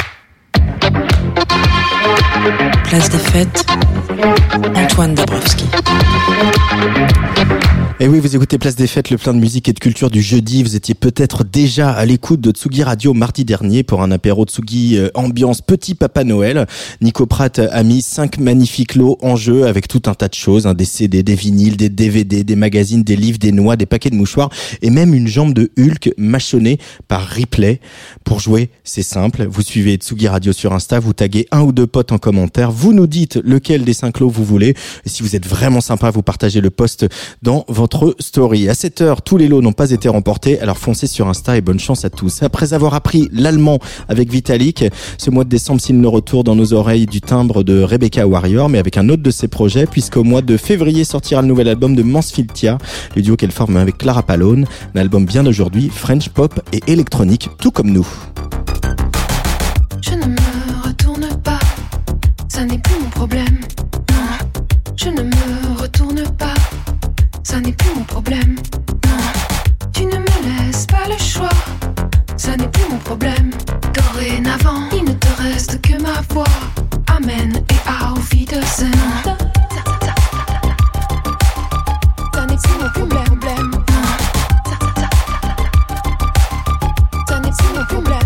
Place des Fêtes, Antoine Dabrowski. Et oui, vous écoutez Place des Fêtes, le plein de musique et de culture du jeudi. Vous étiez peut-être déjà à l'écoute de Tsugi Radio mardi dernier pour un apéro Tsugi ambiance Petit Papa Noël. Nico Pratt a mis 5 magnifiques lots en jeu avec tout un tas de choses, des CD, des vinyles, des DVD, des magazines, des livres, des noix, des paquets de mouchoirs et même une jambe de Hulk mâchonnée par Ripley. Pour jouer, c'est simple. Vous suivez Tsugi Radio sur Insta, vous taguez 1 ou 2 potes en commentaire, vous nous dites lequel des 5 lots vous voulez. Et si vous êtes vraiment sympa, vous partagez le post dans votre story. À 7h, tous les lots n'ont pas été remportés, alors foncez sur Insta et bonne chance à tous. Après avoir appris l'allemand avec Vitalik, ce mois de décembre signe le retour dans nos oreilles du timbre de Rebecca Warrior, mais avec un autre de ses projets, puisqu'au mois de février sortira le nouvel album de Mansfield-Tia, le duo qu'elle forme avec Clara Pallone, un album bien d'aujourd'hui, French pop et électronique, tout comme nous. Je ne me retourne pas, ça n'est plus mon problème. Non, je ne me retourne pas, ça n'est plus mon problème. Non, tu ne me laisses pas le choix, ça n'est plus mon problème. Dorénavant, il ne te reste que ma voix. Amen et auf Wiedersehen. Ça n'est plus mon problème. Ça n'est plus mon problème.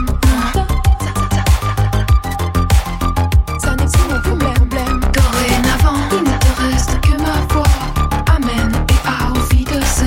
Dorénavant, il ne te reste que ma voix. Amen et auf Wiedersehen.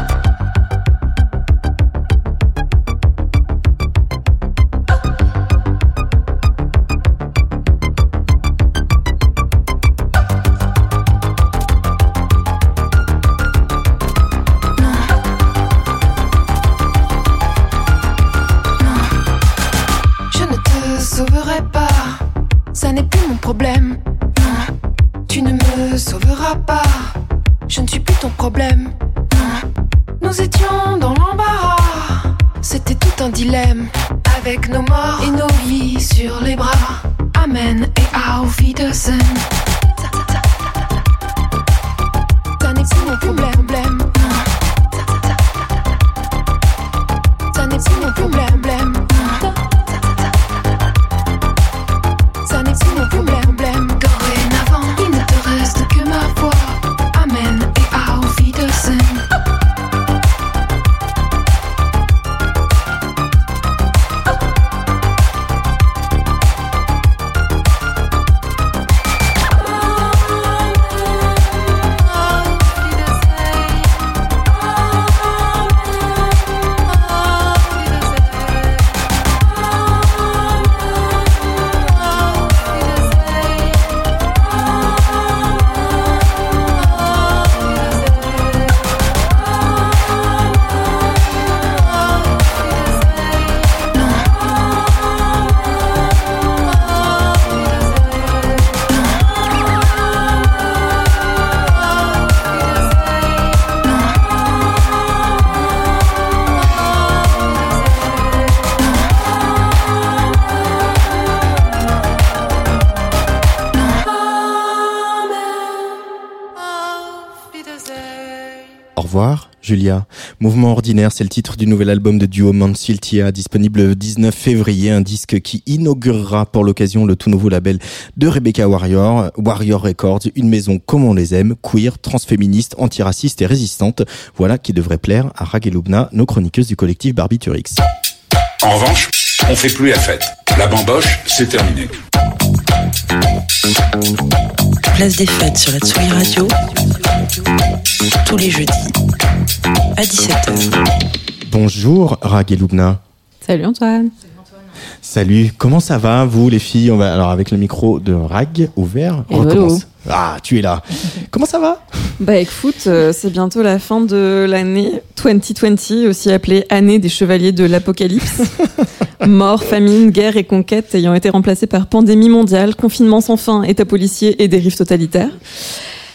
Ça n'est plus mon problème. Non, tu ne me sauveras pas. Je ne suis plus ton problème. Non, nous étions dans l'embarras. C'était tout un dilemme. Avec nos morts et nos vies sur les bras. Amen et auf Wiedersehen. Ça n'est plus mon problème. Ça n'est plus mon problème. Ça n'est plus mon problème. Dorénavant, il ne te reste que ma voix. Amen et auf Wiedersehen. Au revoir, Julia. Mouvement ordinaire, c'est le titre du nouvel album de duo Mansfield-Tia, disponible le 19 février, un disque qui inaugurera pour l'occasion le tout nouveau label de Rebecca Warrior, Warrior Records, une maison comme on les aime, queer, transféministe, antiraciste et résistante. Voilà qui devrait plaire à Rag et Lubna, nos chroniqueuses du collectif Barbiturix. En revanche, on fait plus la fête. La bamboche, c'est terminé. Place des Fêtes sur la Tsugi Radio, tous les jeudis à 17h. Bonjour Rag et Lubna. Salut Antoine. Salut, comment ça va vous les filles? On va alors avec le micro de Rag ouvert, on recommence. Ah, tu es là. Comment ça va? Bah écoute, c'est bientôt la fin de l'année 2020, aussi appelée année des chevaliers de l'apocalypse. Mort, famine, guerre et conquête ayant été remplacées par pandémie mondiale, confinement sans fin, état policier et dérive totalitaire.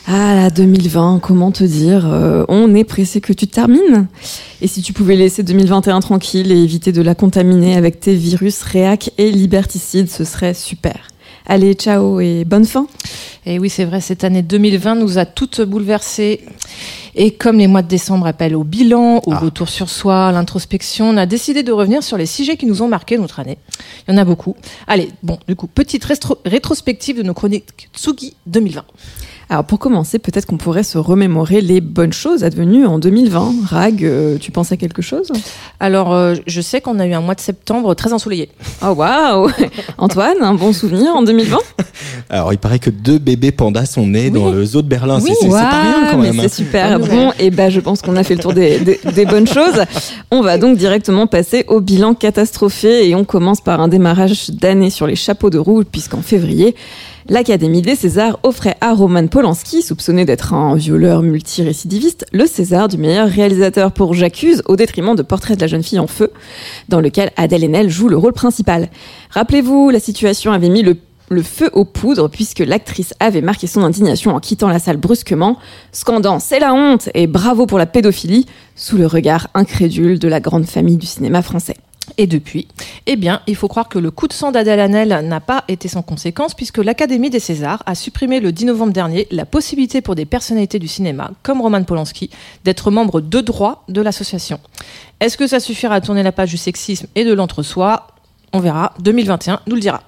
Ah là, 2020, comment te dire, on est pressé que tu termines. Et si tu pouvais laisser 2021 tranquille et éviter de la contaminer avec tes virus réac et liberticides, ce serait super. Allez, ciao et bonne fin. Et oui, c'est vrai, cette année 2020 nous a toutes bouleversées. Et comme les mois de décembre appellent au bilan, au retour sur soi, à l'introspection, on a décidé de revenir sur les sujets qui nous ont marqué notre année. Il y en a beaucoup. Allez, bon, du coup, petite rétrospective de nos chroniques Tsugi 2020. Alors pour commencer, peut-être qu'on pourrait se remémorer les bonnes choses advenues en 2020. Rag, tu penses à quelque chose ? Alors, je sais qu'on a eu un mois de septembre très ensoleillé. Oh waouh ! Antoine, un bon souvenir en 2020 ? Alors, il paraît que 2 bébés pandas sont nés dans le zoo de Berlin. Oui, c'est pas rien quand même. Mais c'est super. Bon, et je pense qu'on a fait le tour des bonnes choses. On va donc directement passer au bilan catastrophé et on commence par un démarrage d'année sur les chapeaux de roue puisqu'en février, l'Académie des Césars offrait à Roman Polanski, soupçonné d'être un violeur multirécidiviste, le César du meilleur réalisateur pour J'accuse, au détriment de Portrait de la jeune fille en feu, dans lequel Adèle Haenel joue le rôle principal. Rappelez-vous, la situation avait mis le feu aux poudres puisque l'actrice avait marqué son indignation en quittant la salle brusquement, scandant « c'est la honte » et « bravo pour la pédophilie » sous le regard incrédule de la grande famille du cinéma français. Et depuis, eh bien, il faut croire que le coup de sang d'Adèle Haenel n'a pas été sans conséquence puisque l'Académie des Césars a supprimé le 10 novembre dernier la possibilité pour des personnalités du cinéma, comme Roman Polanski, d'être membre de droit de l'association. Est-ce que ça suffira à tourner la page du sexisme et de l'entre-soi ? On verra, 2021 nous le dira.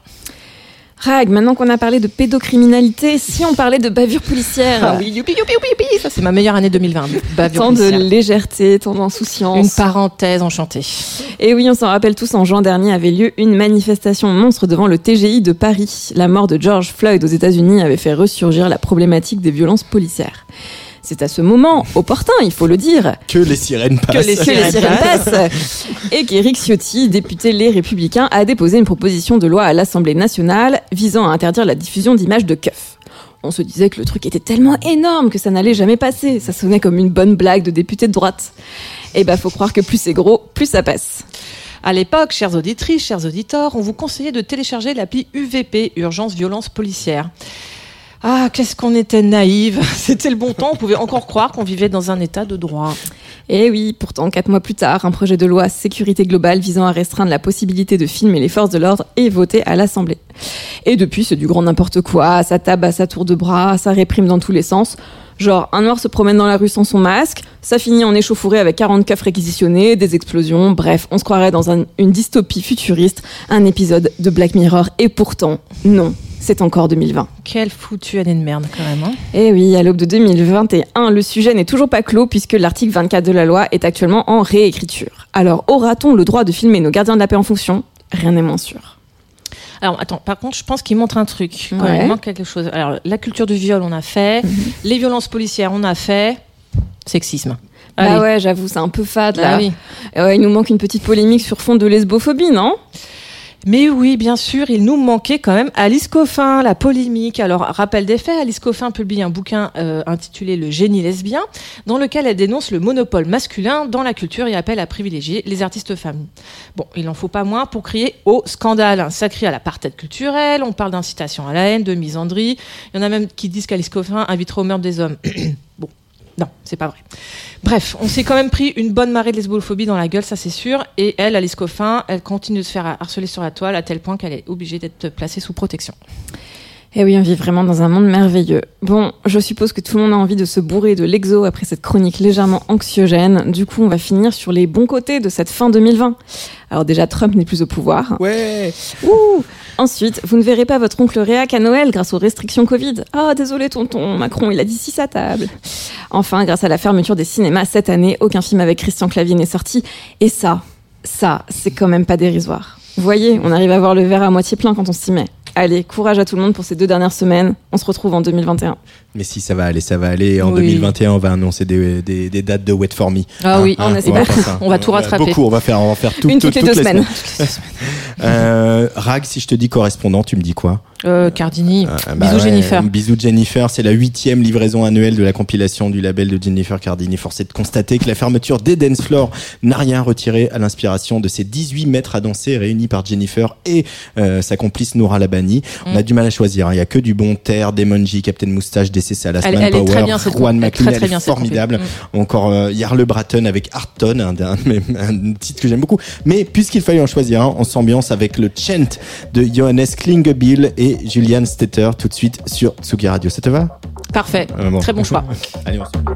Rag, maintenant qu'on a parlé de pédocriminalité, si on parlait de bavure policière. Ah oui, youpi, ça c'est ma meilleure année 2020. Bavure tant policière. De légèreté, tant d'insouciance. Une parenthèse enchantée. Et oui, on s'en rappelle tous, en juin dernier avait lieu une manifestation monstre devant le TGI de Paris. La mort de George Floyd aux États-Unis avait fait ressurgir la problématique des violences policières. C'est à ce moment, opportun, il faut le dire, que les sirènes passent. Que les sirènes passent. Et qu'Éric Ciotti, député Les Républicains, a déposé une proposition de loi à l'Assemblée nationale visant à interdire la diffusion d'images de keufs. On se disait que le truc était tellement énorme que ça n'allait jamais passer. Ça sonnait comme une bonne blague de député de droite. Et faut croire que plus c'est gros, plus ça passe. À l'époque, chères auditrices, chers auditeurs, on vous conseillait de télécharger l'appli UVP, Urgence Violence Policière. Ah, qu'est-ce qu'on était naïves. C'était le bon temps, on pouvait encore croire qu'on vivait dans un état de droit. Et oui, pourtant, 4 mois plus tard, un projet de loi sécurité globale visant à restreindre la possibilité de filmer les forces de l'ordre est voté à l'Assemblée. Et depuis, c'est du grand n'importe quoi, ça tabasse à tour de bras, ça réprime dans tous les sens. Genre, un noir se promène dans la rue sans son masque, ça finit en échauffourée avec 40 keufs réquisitionnés, des explosions, bref, on se croirait dans une dystopie futuriste, un épisode de Black Mirror, et pourtant, non. C'est encore 2020. Quelle foutue année de merde, quand même. Hein. Et oui, à l'aube de 2021, le sujet n'est toujours pas clos puisque l'article 24 de la loi est actuellement en réécriture. Alors, aura-t-on le droit de filmer nos gardiens de la paix en fonction ? Rien n'est moins sûr. Alors, attends, par contre, je pense qu'il montre un truc. Ouais. Il manque quelque chose. Alors, la culture du viol, on a fait. Les violences policières, on a fait. Sexisme. Allez. Bah ouais, j'avoue, c'est un peu fade, là. Ah oui. Ouais, il nous manque une petite polémique sur fond de lesbophobie, non ? Mais oui, bien sûr, il nous manquait quand même Alice Coffin, la polémique. Alors, rappel des faits, Alice Coffin publie un bouquin intitulé « Le génie lesbien », dans lequel elle dénonce le monopole masculin dans la culture et appelle à privilégier les artistes femmes. Bon, il n'en faut pas moins pour crier au scandale. Ça crie à l'apartheid culturel, on parle d'incitation à la haine, de misandrie. Il y en a même qui disent qu'Alice Coffin invitera au meurtre des hommes. Bon. Non, c'est pas vrai. Bref, on s'est quand même pris une bonne marée de lesbophobie dans la gueule, ça c'est sûr. Et elle, Alice Coffin, elle continue de se faire harceler sur la toile à tel point qu'elle est obligée d'être placée sous protection. Et oui, on vit vraiment dans un monde merveilleux. Bon, je suppose que tout le monde a envie de se bourrer de l'exo après cette chronique légèrement anxiogène. Du coup, on va finir sur les bons côtés de cette fin 2020. Alors déjà, Trump n'est plus au pouvoir. Ouais. Ouh. Ensuite, vous ne verrez pas votre oncle réac à Noël grâce aux restrictions Covid. Ah, désolé tonton, Macron, il a dit 6 à table. Enfin, grâce à la fermeture des cinémas cette année, aucun film avec Christian Clavier n'est sorti. Et ça, c'est quand même pas dérisoire. Vous voyez, on arrive à voir le verre à moitié plein quand on s'y met. Allez, courage à tout le monde pour ces 2 dernières semaines. On se retrouve en 2021. Mais si, ça va aller. En 2021, on va annoncer des dates de Wait For Me. Ah oui, on va tout rattraper. Beaucoup, on va faire toutes les 2 semaines. Rag, si je te dis correspondant, tu me dis quoi ? Cardini. Bah Bisous ouais, Jennifer. Bisous Jennifer, c'est la 8e livraison annuelle de la compilation du label de Jennifer Cardini. Force est de constater que la fermeture des Dance Floor n'a rien retiré à l'inspiration de ces 18 maîtres à danser réunis par Jennifer et sa complice Noura Labani. On a du mal à choisir, hein. Il y a que du bon. Terre, Demonji, Captain Moustache, DC Salas, Manpower, est très bien, Juan McLean, très bien, est formidable. Encore Jarle Bratton avec Harton, un titre que j'aime beaucoup. Mais puisqu'il fallait en choisir un, on s'ambiance avec le Chant de Johannes Klingebill et Julian Stetter tout de suite sur Tsugi Radio. Ça te va? Parfait. Bon. Très bon choix. Allez, on s'ambiance.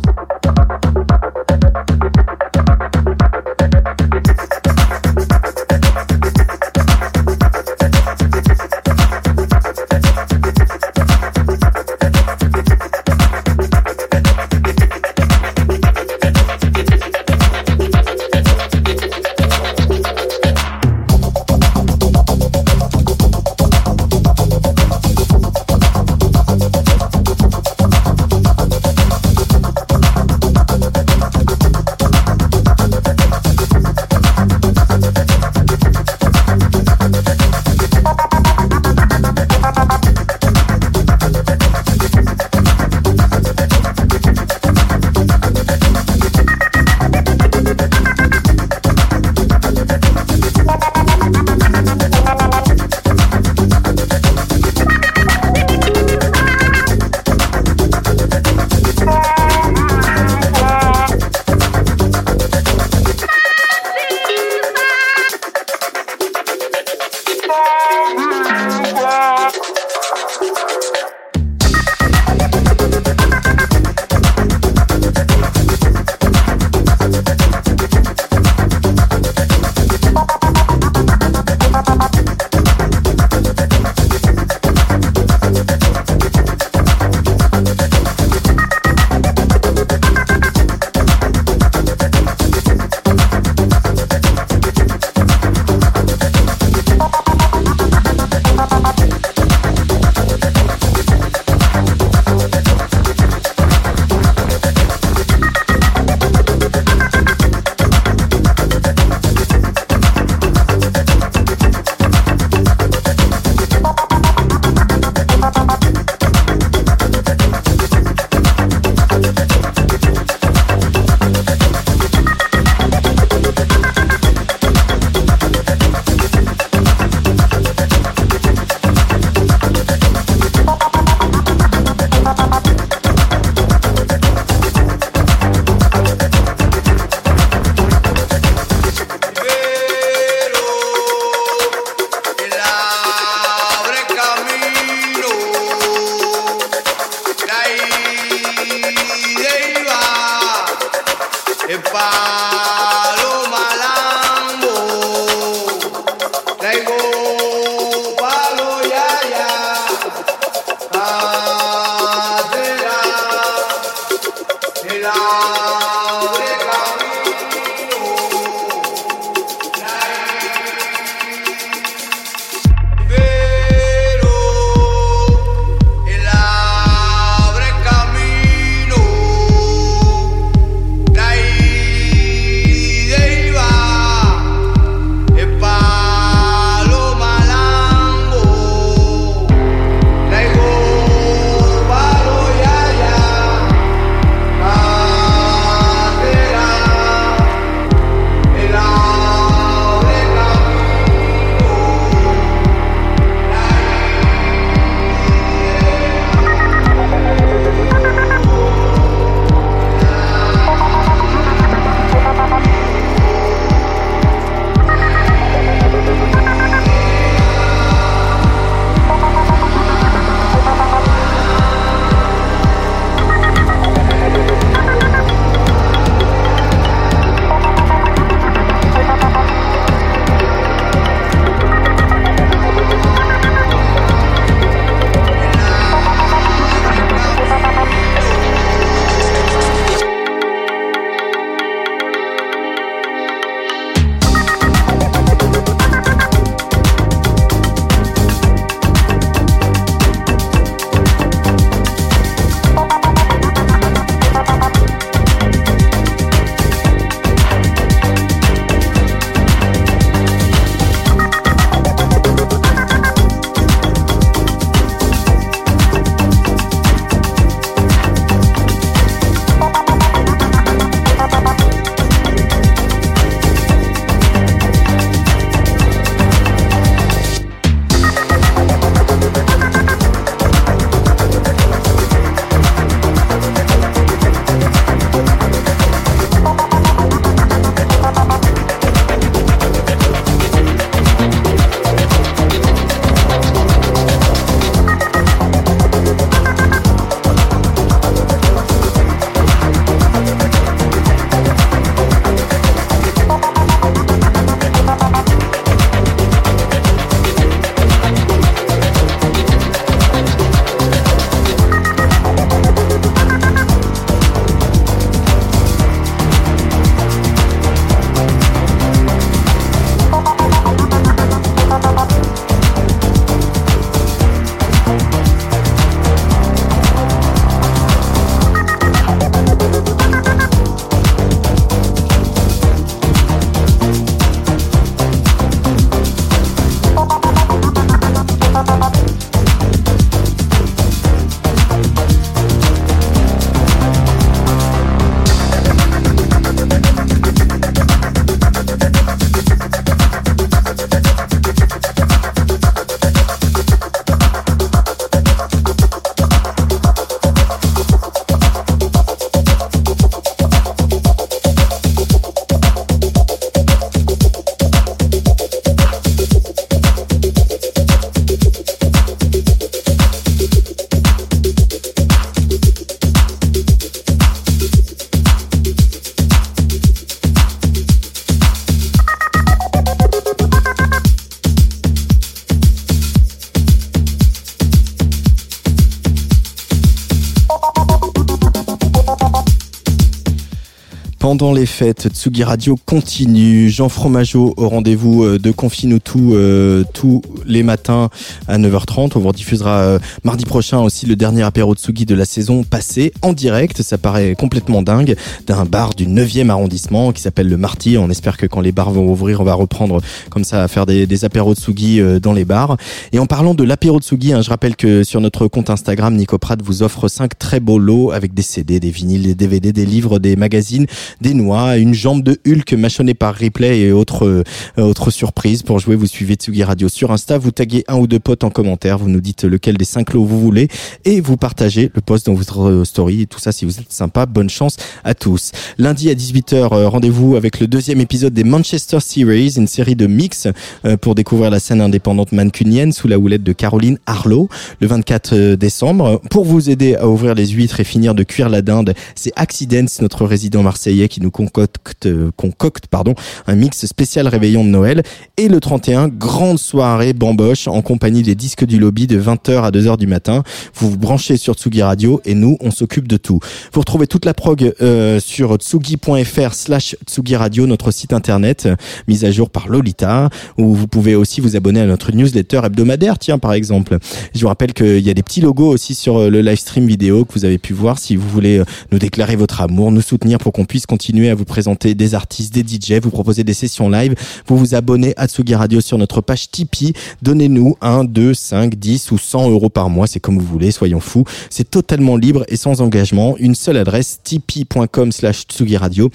Pendant les fêtes, Tsugi Radio continue. Jean Fromageau au rendez-vous de Confine tout tous les matins à 9h30. On vous rediffusera mardi prochain aussi le dernier apéro Tsugi de la saison passée en direct. Ça paraît complètement dingue, d'un bar du 9e arrondissement qui s'appelle le Marty. On espère que quand les bars vont ouvrir, on va reprendre comme ça à faire des apéros Tsugi dans les bars. Et en parlant de l'apéro Tsugi, je rappelle que sur notre compte Instagram, Nico Pratt vous offre 5 très beaux lots avec des CD, des vinyles, des DVD, des livres, des magazines, des noix, une jambe de Hulk mâchonnée par Ripley et autres surprises. Pour jouer, vous suivez Tsugi Radio sur Insta, vous taguez un ou deux potes en commentaire, vous nous dites lequel des 5 lots vous voulez et vous partagez le post dans votre story et tout ça si vous êtes sympa. Bonne chance à tous. Lundi à 18h, rendez-vous avec le 2e épisode des Manchester Series, une série de mix pour découvrir la scène indépendante mancunienne sous la houlette de Caroline Harlow. Le 24 décembre, pour vous aider à ouvrir les huîtres et finir de cuire la dinde, c'est Accidents, notre résident marseillais, qui nous concocte un mix spécial réveillon de Noël. Et le 31, grande soirée bamboche en compagnie des disques du lobby de 20h à 2h du matin. Vous vous branchez sur Tsugi Radio et nous, on s'occupe de tout. Vous retrouvez toute la prog sur tsugi.fr/Tsugi Radio, notre site internet, mise à jour par Lolita, où vous pouvez aussi vous abonner à notre newsletter hebdomadaire, tiens, par exemple. Je vous rappelle qu'il y a des petits logos aussi sur le live stream vidéo que vous avez pu voir si vous voulez nous déclarer votre amour, nous soutenir pour qu'on puisse continuer à vous présenter des artistes, des DJ, vous proposer des sessions live. Vous vous abonnez à Tsugi Radio sur notre page Tipeee. Donnez-nous 1, 2, 5, 10 ou 100 euros par mois. C'est comme vous voulez, soyons fous. C'est totalement libre et sans engagement. Une seule adresse, tipeee.com/Tsugi Radio.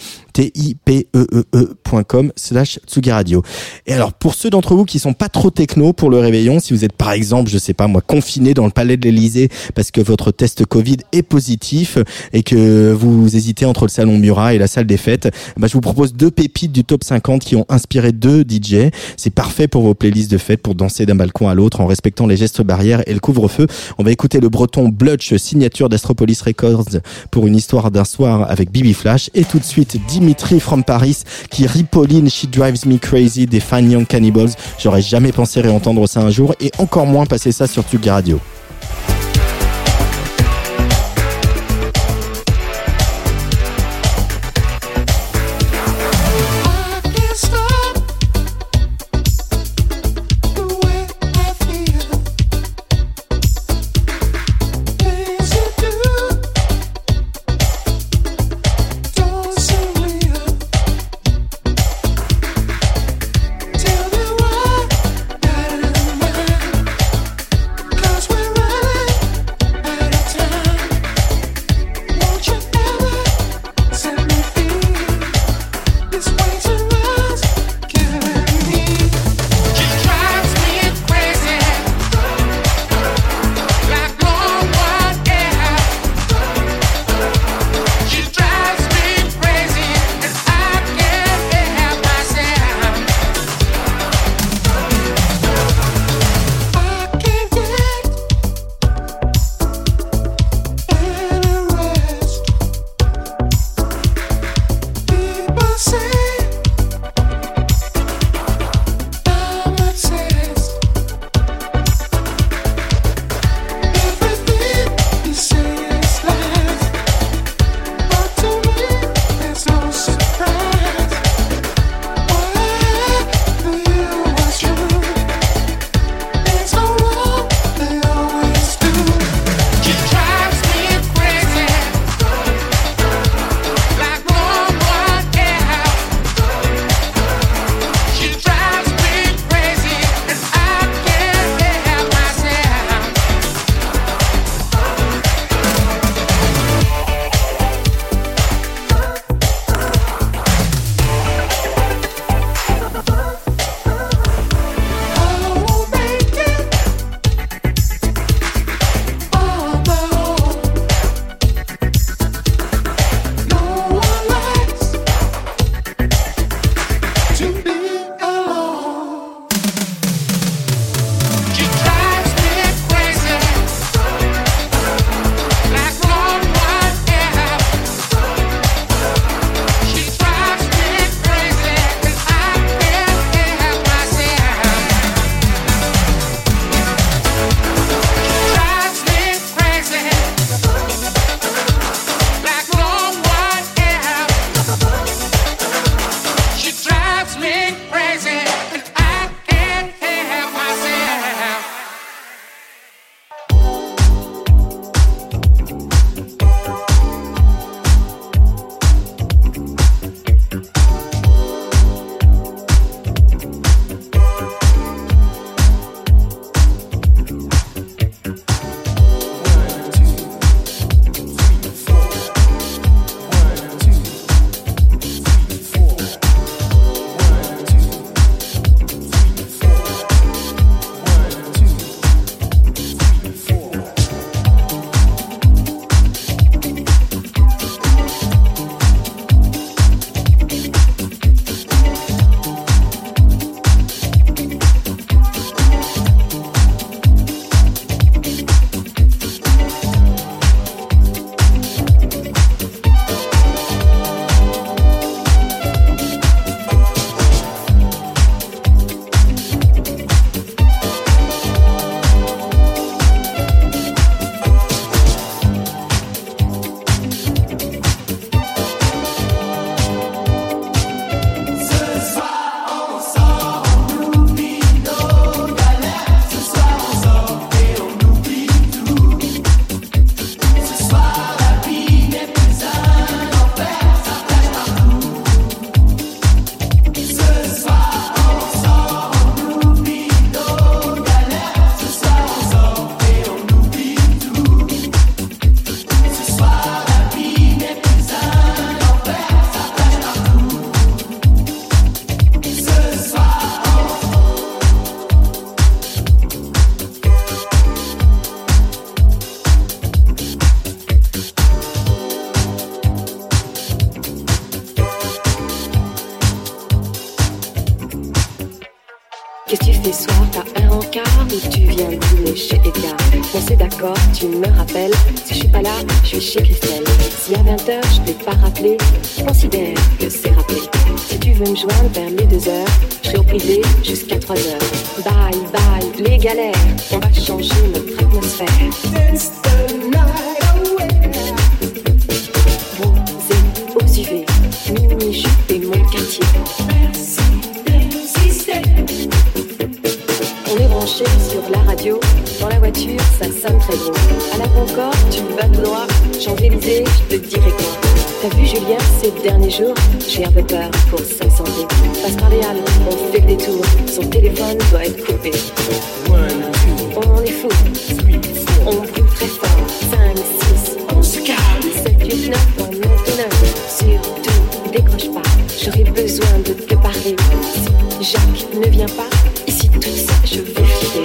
tipeee.com/Tsugi Radio. Et alors, pour ceux d'entre vous qui sont pas trop techno pour le réveillon, si vous êtes par exemple, je sais pas moi, confiné dans le palais de l'Élysée parce que votre test Covid est positif et que vous hésitez entre le salon Murat et la salle des fêtes, je vous propose 2 pépites du top 50 qui ont inspiré 2 DJ. C'est parfait pour vos playlists de fêtes, pour danser d'un balcon à l'autre en respectant les gestes barrières et le couvre-feu. On va écouter le breton Blutch, signature d'Astropolis Records, pour une histoire d'un soir avec Bibi Flash. Et tout de suite, Dimitri from Paris qui ripolline She Drives Me Crazy des Fine Young Cannibals. J'aurais jamais pensé réentendre ça un jour et encore moins passer ça sur Tsugi Radio. We're fait soir, t'as un encart ou tu viens dîner chez Edgar? Bon c'est d'accord, tu me rappelles. Si je suis pas là, je suis chez Christelle. Si à 20h je t'ai pas rappelé, considère que c'est rappelé. Si tu veux me joindre vers les 2h, je serai au privé jusqu'à 3h. Bye bye les galères, on va changer notre atmosphère. Bronzé aux UV, mini-jupe et mon quartier. Merci d'exister. On est branché sur la radio, dans la voiture ça sonne très drôle. À la Concorde, tu vas tout droit, Champs-Élysées, je te dirai quoi. T'as vu Julien ces derniers jours? J'ai un peu peur pour sa santé. Passe par les halles, on fait le détour, son téléphone doit être coupé. On est fou, on brûle très fort. 5, 6, on se calme. 7, 8, 9, on monte 9. Surtout, décroche pas, j'aurai besoin de te parler. Si Jacques ne vient pas, ici tout ça, je vais filer.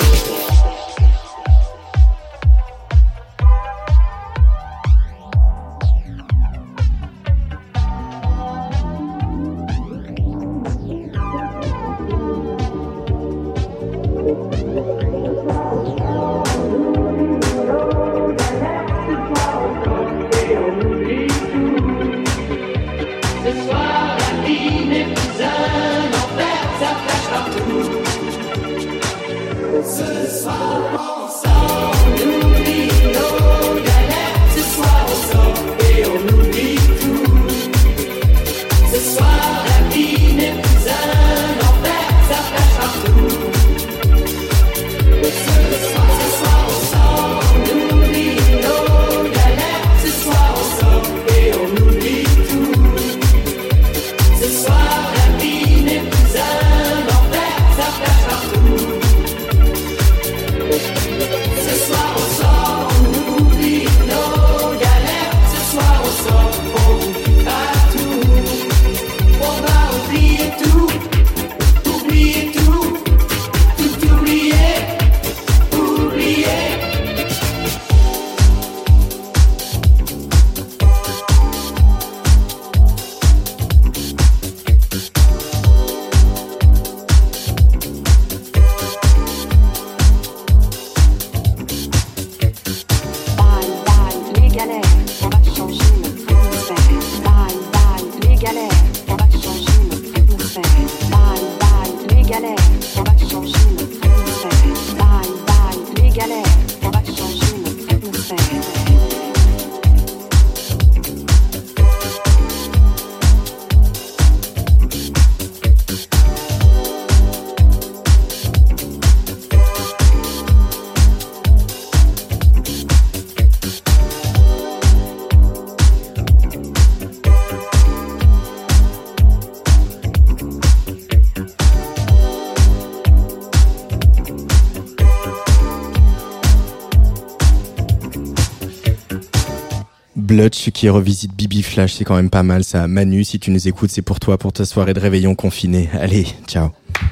Blutch qui revisite Bibi Flash, c'est quand même pas mal ça. Manu, si tu nous écoutes, c'est pour toi, pour ta soirée de réveillon confinée. Allez, ciao.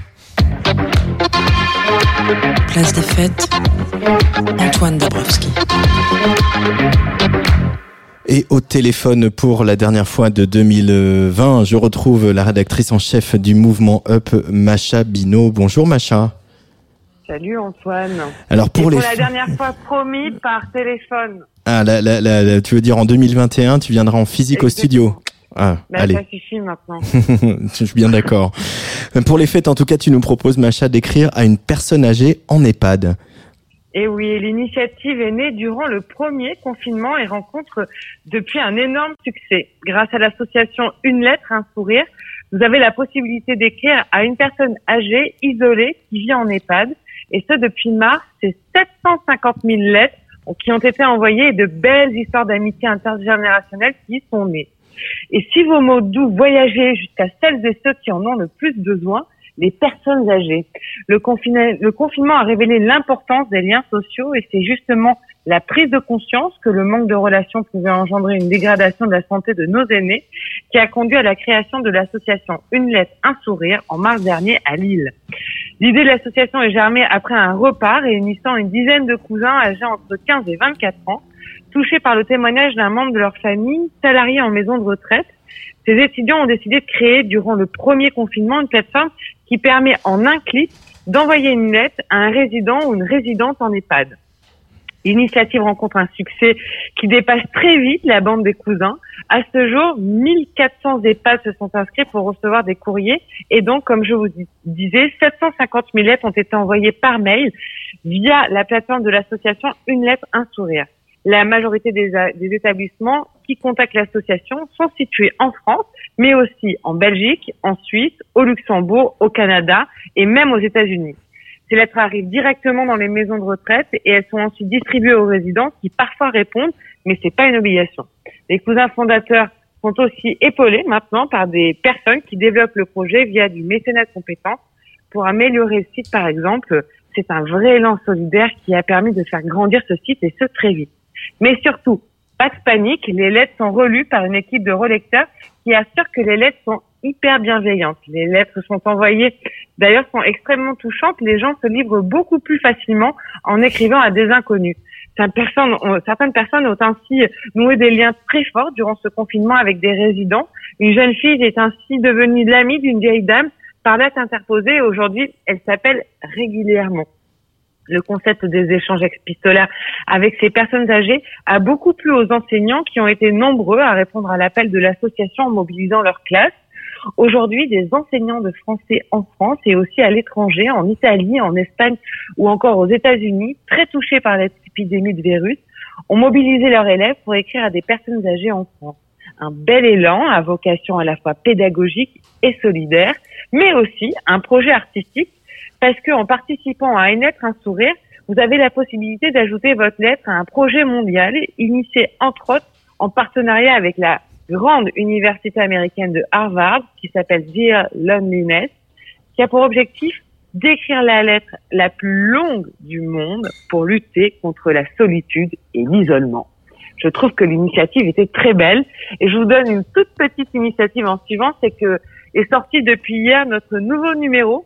Place des Fêtes, Antoine Dabrowski. Et au téléphone pour la dernière fois de 2020, je retrouve la rédactrice en chef du mouvement Up, Macha Bino. Bonjour Macha. Salut Antoine. Alors pour la dernière fois promis par téléphone. Ah, tu veux dire en 2021, tu viendras en physique au studio. Ah, allez. Ça suffit maintenant. Je suis bien d'accord. Pour les fêtes, en tout cas, tu nous proposes, Macha, d'écrire à une personne âgée en EHPAD. Et oui, l'initiative est née durant le premier confinement et rencontre depuis un énorme succès. Grâce à l'association Une lettre, un sourire, vous avez la possibilité d'écrire à une personne âgée, isolée, qui vit en EHPAD. Et ce, depuis mars, c'est 750 000 lettres qui ont été envoyées et de belles histoires d'amitié intergénérationnelle qui y sont nées. Et si vos mots doux voyageaient jusqu'à celles et ceux qui en ont le plus besoin, les personnes âgées. Le confinement a révélé l'importance des liens sociaux et c'est justement la prise de conscience que le manque de relations pouvait engendrer une dégradation de la santé de nos aînés qui a conduit à la création de l'association Une lettre, un sourire en mars dernier à Lille. L'idée de l'association est germée après un repas réunissant une dizaine de cousins âgés entre 15 et 24 ans, touchés par le témoignage d'un membre de leur famille, salarié en maison de retraite. Ces étudiants ont décidé de créer, durant le premier confinement, une plateforme qui permet en un clic d'envoyer une lettre à un résident ou une résidente en EHPAD. L'initiative rencontre un succès qui dépasse très vite la bande des cousins. À ce jour, 1400 EHPAD se sont inscrits pour recevoir des courriers et donc, comme je vous disais, 750 000 lettres ont été envoyées par mail via la plateforme de l'association Une lettre, un sourire. La majorité des établissements qui contactent l'association sont situés en France, mais aussi en Belgique, en Suisse, au Luxembourg, au Canada et même aux États-Unis. Ces lettres arrivent directement dans les maisons de retraite et elles sont ensuite distribuées aux résidents qui parfois répondent, mais c'est pas une obligation. Les cousins fondateurs sont aussi épaulés maintenant par des personnes qui développent le projet via du mécénat de compétences pour améliorer le site, par exemple. C'est un vrai élan solidaire qui a permis de faire grandir ce site et ce très vite. Mais surtout, pas de panique, les lettres sont relues par une équipe de relecteurs qui assure que les lettres sont hyper bienveillantes. Les lettres sont envoyées, d'ailleurs, sont extrêmement touchantes. Les gens se livrent beaucoup plus facilement en écrivant à des inconnus. Certaines personnes ont ainsi noué des liens très forts durant ce confinement avec des résidents. Une jeune fille est ainsi devenue l'amie d'une vieille dame par lettre interposée. Aujourd'hui, elle s'appelle régulièrement. Le concept des échanges épistolaires avec ces personnes âgées a beaucoup plu aux enseignants qui ont été nombreux à répondre à l'appel de l'association en mobilisant leur classe. Aujourd'hui, des enseignants de français en France et aussi à l'étranger, en Italie, en Espagne ou encore aux États-Unis, très touchés par l'épidémie de virus, ont mobilisé leurs élèves pour écrire à des personnes âgées en France. Un bel élan à vocation à la fois pédagogique et solidaire, mais aussi un projet artistique parce que en participant à Une lettre, un sourire, vous avez la possibilité d'ajouter votre lettre à un projet mondial initié entre autres en partenariat avec la grande université américaine de Harvard qui s'appelle Dear Loneliness, qui a pour objectif d'écrire la lettre la plus longue du monde pour lutter contre la solitude et l'isolement. Je trouve que l'initiative était très belle et je vous donne une toute petite initiative en suivant, c'est que est sorti depuis hier notre nouveau numéro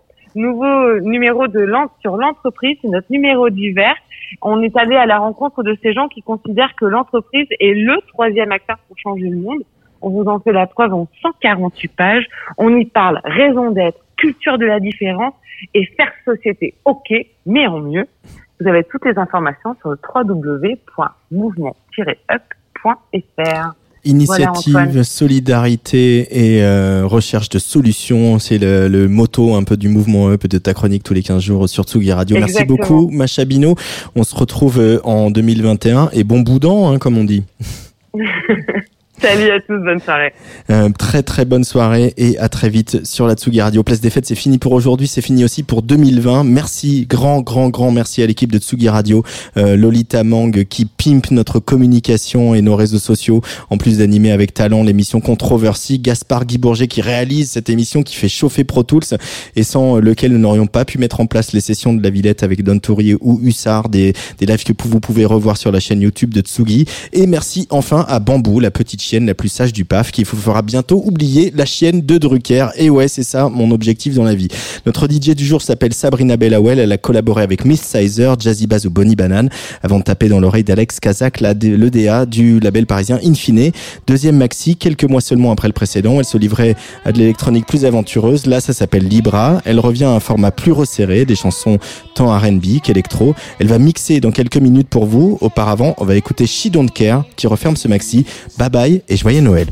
sur l'entreprise, c'est notre numéro d'hiver. On est allé à la rencontre de ces gens qui considèrent que l'entreprise est le troisième acteur pour changer le monde. On vous en fait la preuve en 148 pages. On y parle raison d'être, culture de la différence et faire société. OK, mais en mieux. Vous avez toutes les informations sur le www.mouvement-up.fr. Initiative, voilà, solidarité et recherche de solutions, c'est le motto un peu du mouvement Up de ta chronique tous les 15 jours sur Tsugi Radio. Exactement. Merci beaucoup Macha Bino. On se retrouve en 2021 et bon boudin, hein, comme on dit. Salut à tous, bonne soirée. Très très bonne soirée et à très vite sur la Tsugi Radio. Place des Fêtes, c'est fini pour aujourd'hui, c'est fini aussi pour 2020. Merci, grand merci à l'équipe de Tsugi Radio, Lolita Mang qui pimpe notre communication et nos réseaux sociaux, en plus d'animer avec talent l'émission Controversy, Gaspard Guy Bourget qui réalise cette émission qui fait chauffer Pro Tools et sans lequel nous n'aurions pas pu mettre en place les sessions de la Villette avec Don Tourier ou Hussard, des lives que vous pouvez revoir sur la chaîne YouTube de Tsugi. Et merci enfin à Bambou, la petite chienne la plus sage du PAF qui vous fera bientôt oublier la chienne de Drucker. Et ouais, c'est ça mon objectif dans la vie. Notre DJ du jour s'appelle Sabrina Bellawell. Elle a collaboré avec Miss Sizer, Jazzy Bass ou Bonnie Banane avant de taper dans l'oreille d'Alex Kazak, le DA du label parisien Infine. Deuxième maxi, quelques mois seulement après le précédent. Elle se livrait à de l'électronique plus aventureuse. Là, ça s'appelle Libra. Elle revient à un format plus resserré, des chansons tant R&B qu'électro. Elle va mixer dans quelques minutes pour vous. Auparavant, on va écouter She Don't Care qui referme ce maxi. Bye bye et joyeux Noël.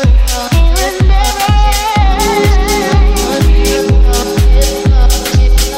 She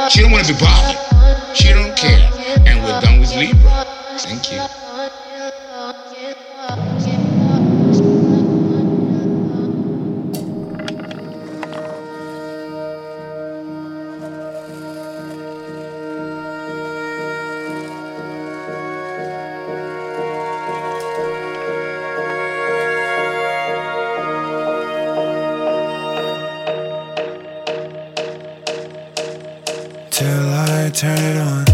She don't want to be bothered. She don't care. And we're done with Libra. Thank you. Till I turn it on.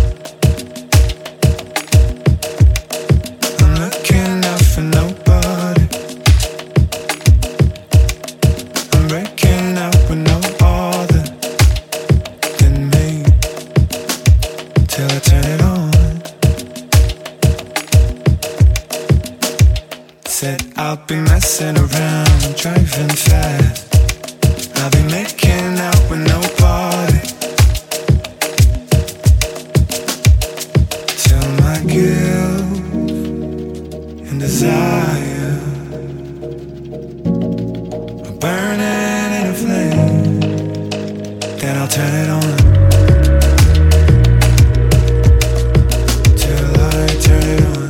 I'm looking out for nobody. I'm breaking out with no other than me. Till I turn it on. Said I'll be messing around, driving fast. I'll be making out with nobody. Guilt and desire are burning in a flame. Then I'll turn it on. Till I turn it on.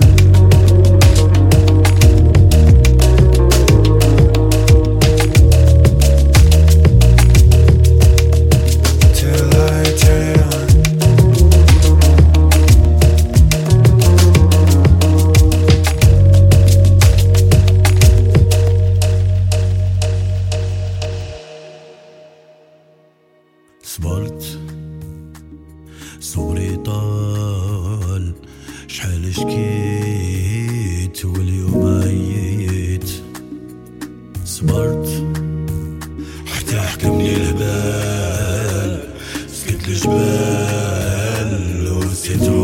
Till I turn it on. صبرت صبري طال شحال شكيت واليوم عييت صبرت حتى حكمني الهبال سكت الجبال ونسيت